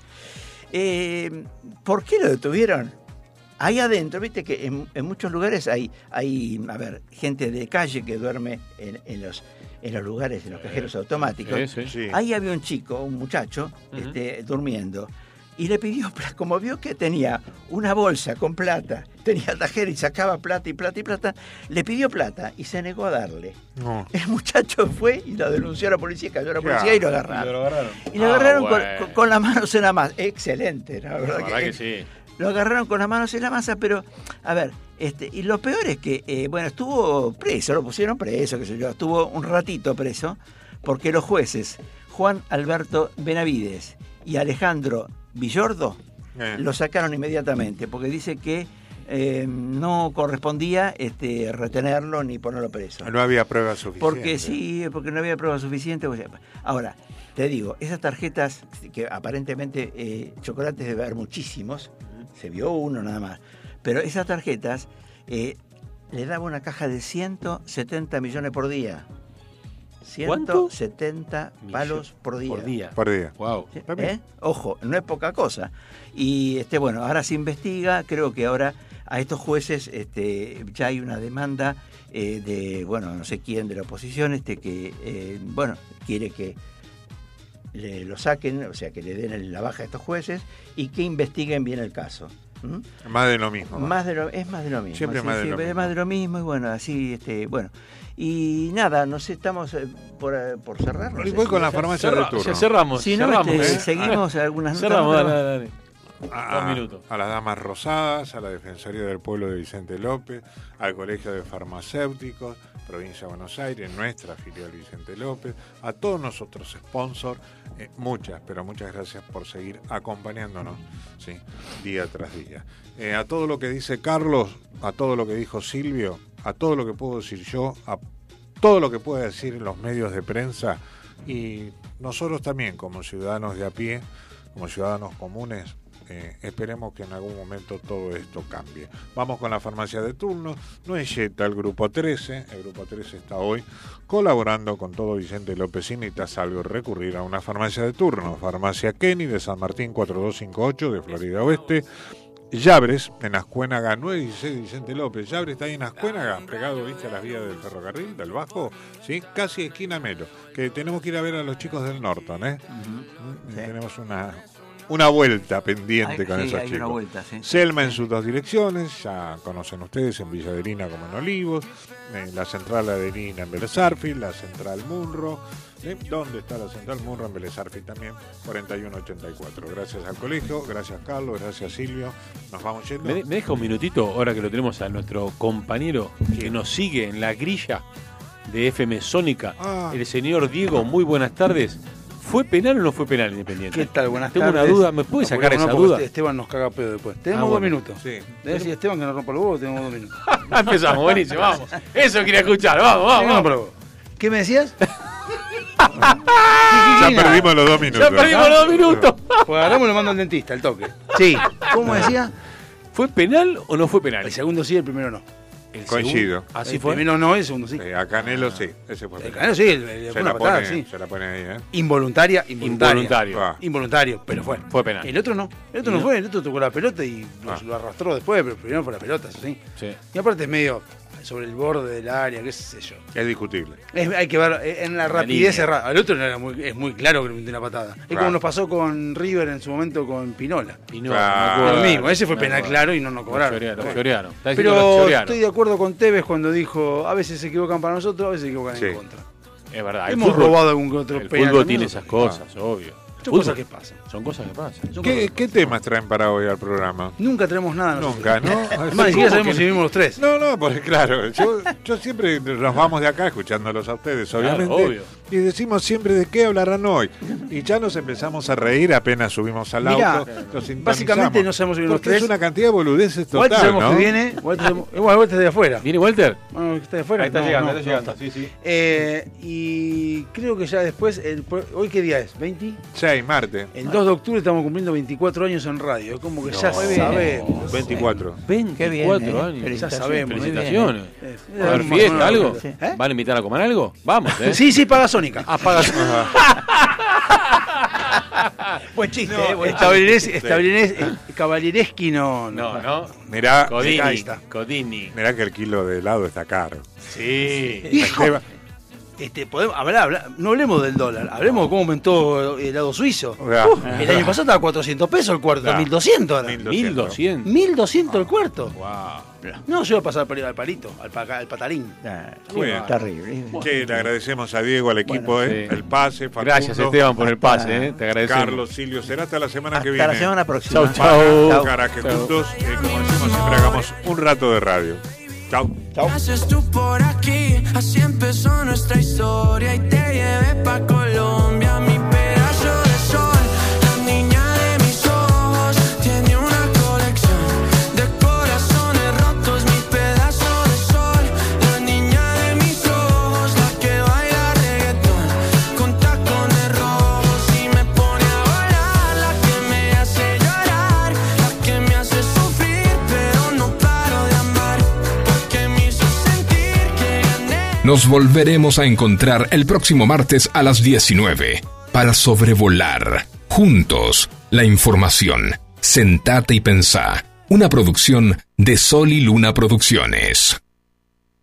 eh, ¿por qué lo detuvieron? Ahí adentro, viste que en, en muchos lugares hay, hay, a ver, gente de calle que duerme en, en los, en los lugares, en los cajeros automáticos. Sí, sí. Sí. Ahí había un chico, un muchacho, Ujú. este, durmiendo. y le pidió, como vio que tenía una bolsa con plata, tenía tajera y sacaba plata y plata y plata, le pidió plata y se negó a darle. No. El muchacho fue y lo denunció a la policía, cayó a la policía y lo agarraron. Y lo agarraron. Y lo Ah, agarraron bueno. con, con- con las manos en la masa. Excelente, la verdad, La verdad que, que sí. Lo agarraron con las manos en la masa, pero, a ver, este, y lo peor es que, eh, bueno, estuvo preso, lo pusieron preso, qué sé yo, estuvo un ratito preso, porque los jueces Juan Alberto Benavides y Alejandro Villordo Eh. lo sacaron inmediatamente, porque dice que eh, no correspondía este, retenerlo ni ponerlo preso. No había pruebas suficientes. Porque sí, porque no había pruebas suficientes. O sea, ahora, te digo, esas tarjetas, que aparentemente eh, chocolates debe haber muchísimos, se vio uno nada más, pero esas tarjetas eh, le daba una caja de ciento setenta millones por día. ¿Cuánto? ciento setenta palos por día. Por día. Por día. Wow. ¿Eh? Ojo, no es poca cosa. Y este, bueno, ahora se investiga, creo que ahora a estos jueces este, ya hay una demanda eh, de, bueno, no sé quién de la oposición, este que, eh, bueno, quiere que le lo saquen, o sea, que le den la baja a estos jueces y que investiguen bien el caso. ¿Mm? Más de lo mismo. ¿no? Más de lo, es más de lo mismo. Siempre sí, más de sí, lo es mismo. más de lo mismo y bueno, así, este, bueno. Y nada, no sé, estamos eh, por, eh, por cerrar. No Y sé voy si con la dejar- farmacia Cerra- de turno. ya cerramos. Si no, cerramos, este, ¿eh? seguimos algunas notas. Cerramos, más. dale, dale, dale. A, Dos minutos. a las Damas Rosadas, a la Defensoría del Pueblo de Vicente López, al Colegio de Farmacéuticos, Provincia de Buenos Aires, nuestra filial Vicente López, a todos nosotros sponsors, eh, muchas, pero muchas gracias por seguir acompañándonos, ¿sí? Día tras día. Eh, a todo lo que dice Carlos, a todo lo que dijo Silvio, a todo lo que puedo decir yo, a todo lo que pueda decir en los medios de prensa y nosotros también como ciudadanos de a pie, como ciudadanos comunes, Eh, esperemos que en algún momento todo esto cambie. Vamos con la farmacia de turno. No es Jetta, el grupo trece. El grupo trece está hoy colaborando con todo Vicente López y necesitas algo, recurrir a una farmacia de turno. Farmacia Kenny de San Martín cuatro dos cinco ocho de Florida Oeste. Llabres, en Ascuénaga nueve dieciséis Vicente López. Llabres está ahí en Ascuénaga, pegado, viste, a las vías del ferrocarril, del Bajo, ¿sí? Casi esquina Melo. Que tenemos que ir a ver a los chicos del Norton, ¿eh? Uh-huh. Y Sí. Tenemos una... Una vuelta pendiente Hay- con sí, esos hay chicos. una vuelta, sí. Selma en sus dos direcciones, ya conocen ustedes, en Villa Adelina como en Olivos, eh, la central Adelina en Vélez Arfield, la central Munro. ¿eh? ¿Dónde está la central Munro? En Vélez Arfield también, cuarenta y uno ochenta y cuatro. Gracias al colegio, gracias Carlos, gracias Silvio. Nos vamos yendo. ¿Me, me deja un minutito, ahora que lo tenemos a nuestro compañero que nos sigue en la grilla de F M Sónica, Ah. el señor Diego? Muy buenas tardes. ¿Fue penal o no fue penal Independiente? ¿Qué tal? Buenas Tengo tardes. una duda, ¿me puede sacar Apurémonos esa porque duda? este- Esteban nos caga pedo después. Tenemos Ah, dos bueno. minutos. Sí. Debe decir Esteban que nos rompa los huevos, tenemos dos minutos. Empezamos, buenísimo, vamos. Eso quería escuchar, vamos, vamos. Tenemos vamos. para vos. ¿Qué me decías? Ya perdimos los dos minutos. Ya perdimos los dos minutos. Pues agarramos y lo mando al dentista, el toque. Sí. ¿Cómo decía? ¿Fue penal o no fue penal? El segundo sí, el primero no. El Coincido. segundo- ¿Así el fue? primero no, el segundo sí. Eh, a Canelo sí, ese fue. El canelo sí, el, el- se, fue la una patada, pone, sí. se la pone ahí, ¿eh? Involuntaria, involuntaria. Involuntario. Ah. Involuntario, pero fue. Fue penal. El otro no. El otro ¿Y no, no? fue, el otro tocó la pelota y lo, Ah. lo arrastró después, pero primero fue la pelota, eso sí. Sí. Y aparte es medio sobre el borde del área, qué sé yo. Es discutible. Es- hay que ver, eh, en la La rapidez línea. es ra- al otro no era muy, es muy claro que le metió una patada. Es Claro. como nos pasó con River en su momento con Pinola. Y no, Claro. me acuerdo. Lo mismo, ese fue Me penal acuerdo. claro y no nos Lo cobraron. chorearon, Pero lo bueno. chorearon. Está diciendo que lo Pero chorearon. estoy de acuerdo con Tevez cuando dijo, a veces se equivocan para nosotros, a veces se equivocan Sí. en contra. Es verdad. el Hemos fútbol- robado algún que otro El penal fútbol también, tiene ¿no? esas cosas, obvio. Son Fútbol. cosas que pasan. Son cosas que pasan. Son ¿Qué, cosas que ¿Qué temas traen para hoy al programa? Nunca tenemos nada nosotros. Nunca, ¿no? Es más, ni siquiera sabemos si vivimos los tres. No, no, porque claro, yo, yo siempre nos vamos de acá escuchándolos a ustedes, obviamente. Claro, obvio. Y decimos siempre de qué hablarán hoy. Y ya nos empezamos a reír apenas subimos al Mirá, auto. Nos sintonizamos. básicamente no sabemos si vivimos los Porque tres. es una cantidad de boludeces Walter total, sabemos ¿no? que viene, Walter sabemos- igual Walter es de afuera. ¿Viene Walter? Bueno, que está de afuera. Ahí está No, llegando, no, está no llegando. está. Sí, sí. Eh, y creo que ya después, el, ¿hoy qué día es? ¿veinte? seis, Marte. El dos de octubre estamos cumpliendo veinticuatro años en radio. Es como que ya muy bien. sabemos. veinticuatro. Qué bien, veinticuatro eh. años. Ya Felicitaciones. sabemos. muy bien. Felicitaciones. Eh, ¿Va a haber más o fiesta, menos, algo? sí. ¿Eh? ¿Van a invitar a comer algo? Vamos, ¿eh? Sí, sí, paga Sónica. Ah, paga- Buen chiste, No, eh, buen chiste. Caballeres, Caballeres, Caballereschi no, No, no. Mirá, Ahí Codini. está. Codini. mirá que el kilo de helado está caro. Sí. Hijo. Esteban, Este, podemos hablar, hablar- no hablemos del dólar, hablemos de cómo aumentó el helado suizo. Ah. Uh, el año pasado estaba cuatrocientos pesos el cuarto, Ah. mil doscientos ahora. mil doscientos. mil doscientos el cuarto. Wow. No, yo voy a pasar por al palito, al, pa- al patarín. Ah, Muy bien. terrible. Che, le agradecemos a Diego, al equipo, Bueno, eh, sí. el pase, Facundo, Gracias, Esteban, por el pase, eh. Te agradecemos. Carlos, Silvio, será hasta la semana que Hasta viene. la semana próxima. Chau, chau. Chau. Para que Chau. juntos, eh, como decimos siempre, hagamos un rato de radio. Chau. Haces tú por aquí, así empezó nuestra historia y te llevé pa' Colombia, mi pedazo de sol, la niña de mis ojos, tiene una colección de corazones rotos, mi pedazo de sol, la niña de mis ojos, la que baila reggaetón, con tacones rojos y me pone a volar, la que me hace llorar, la que me hace sufrir, pero no paro de amar, porque me hizo sentir que gané. Nos volveremos a encontrar el próximo martes a las diecinueve para sobrevolar juntos la información. Sentate y pensá. Una producción de Sol y Luna Producciones.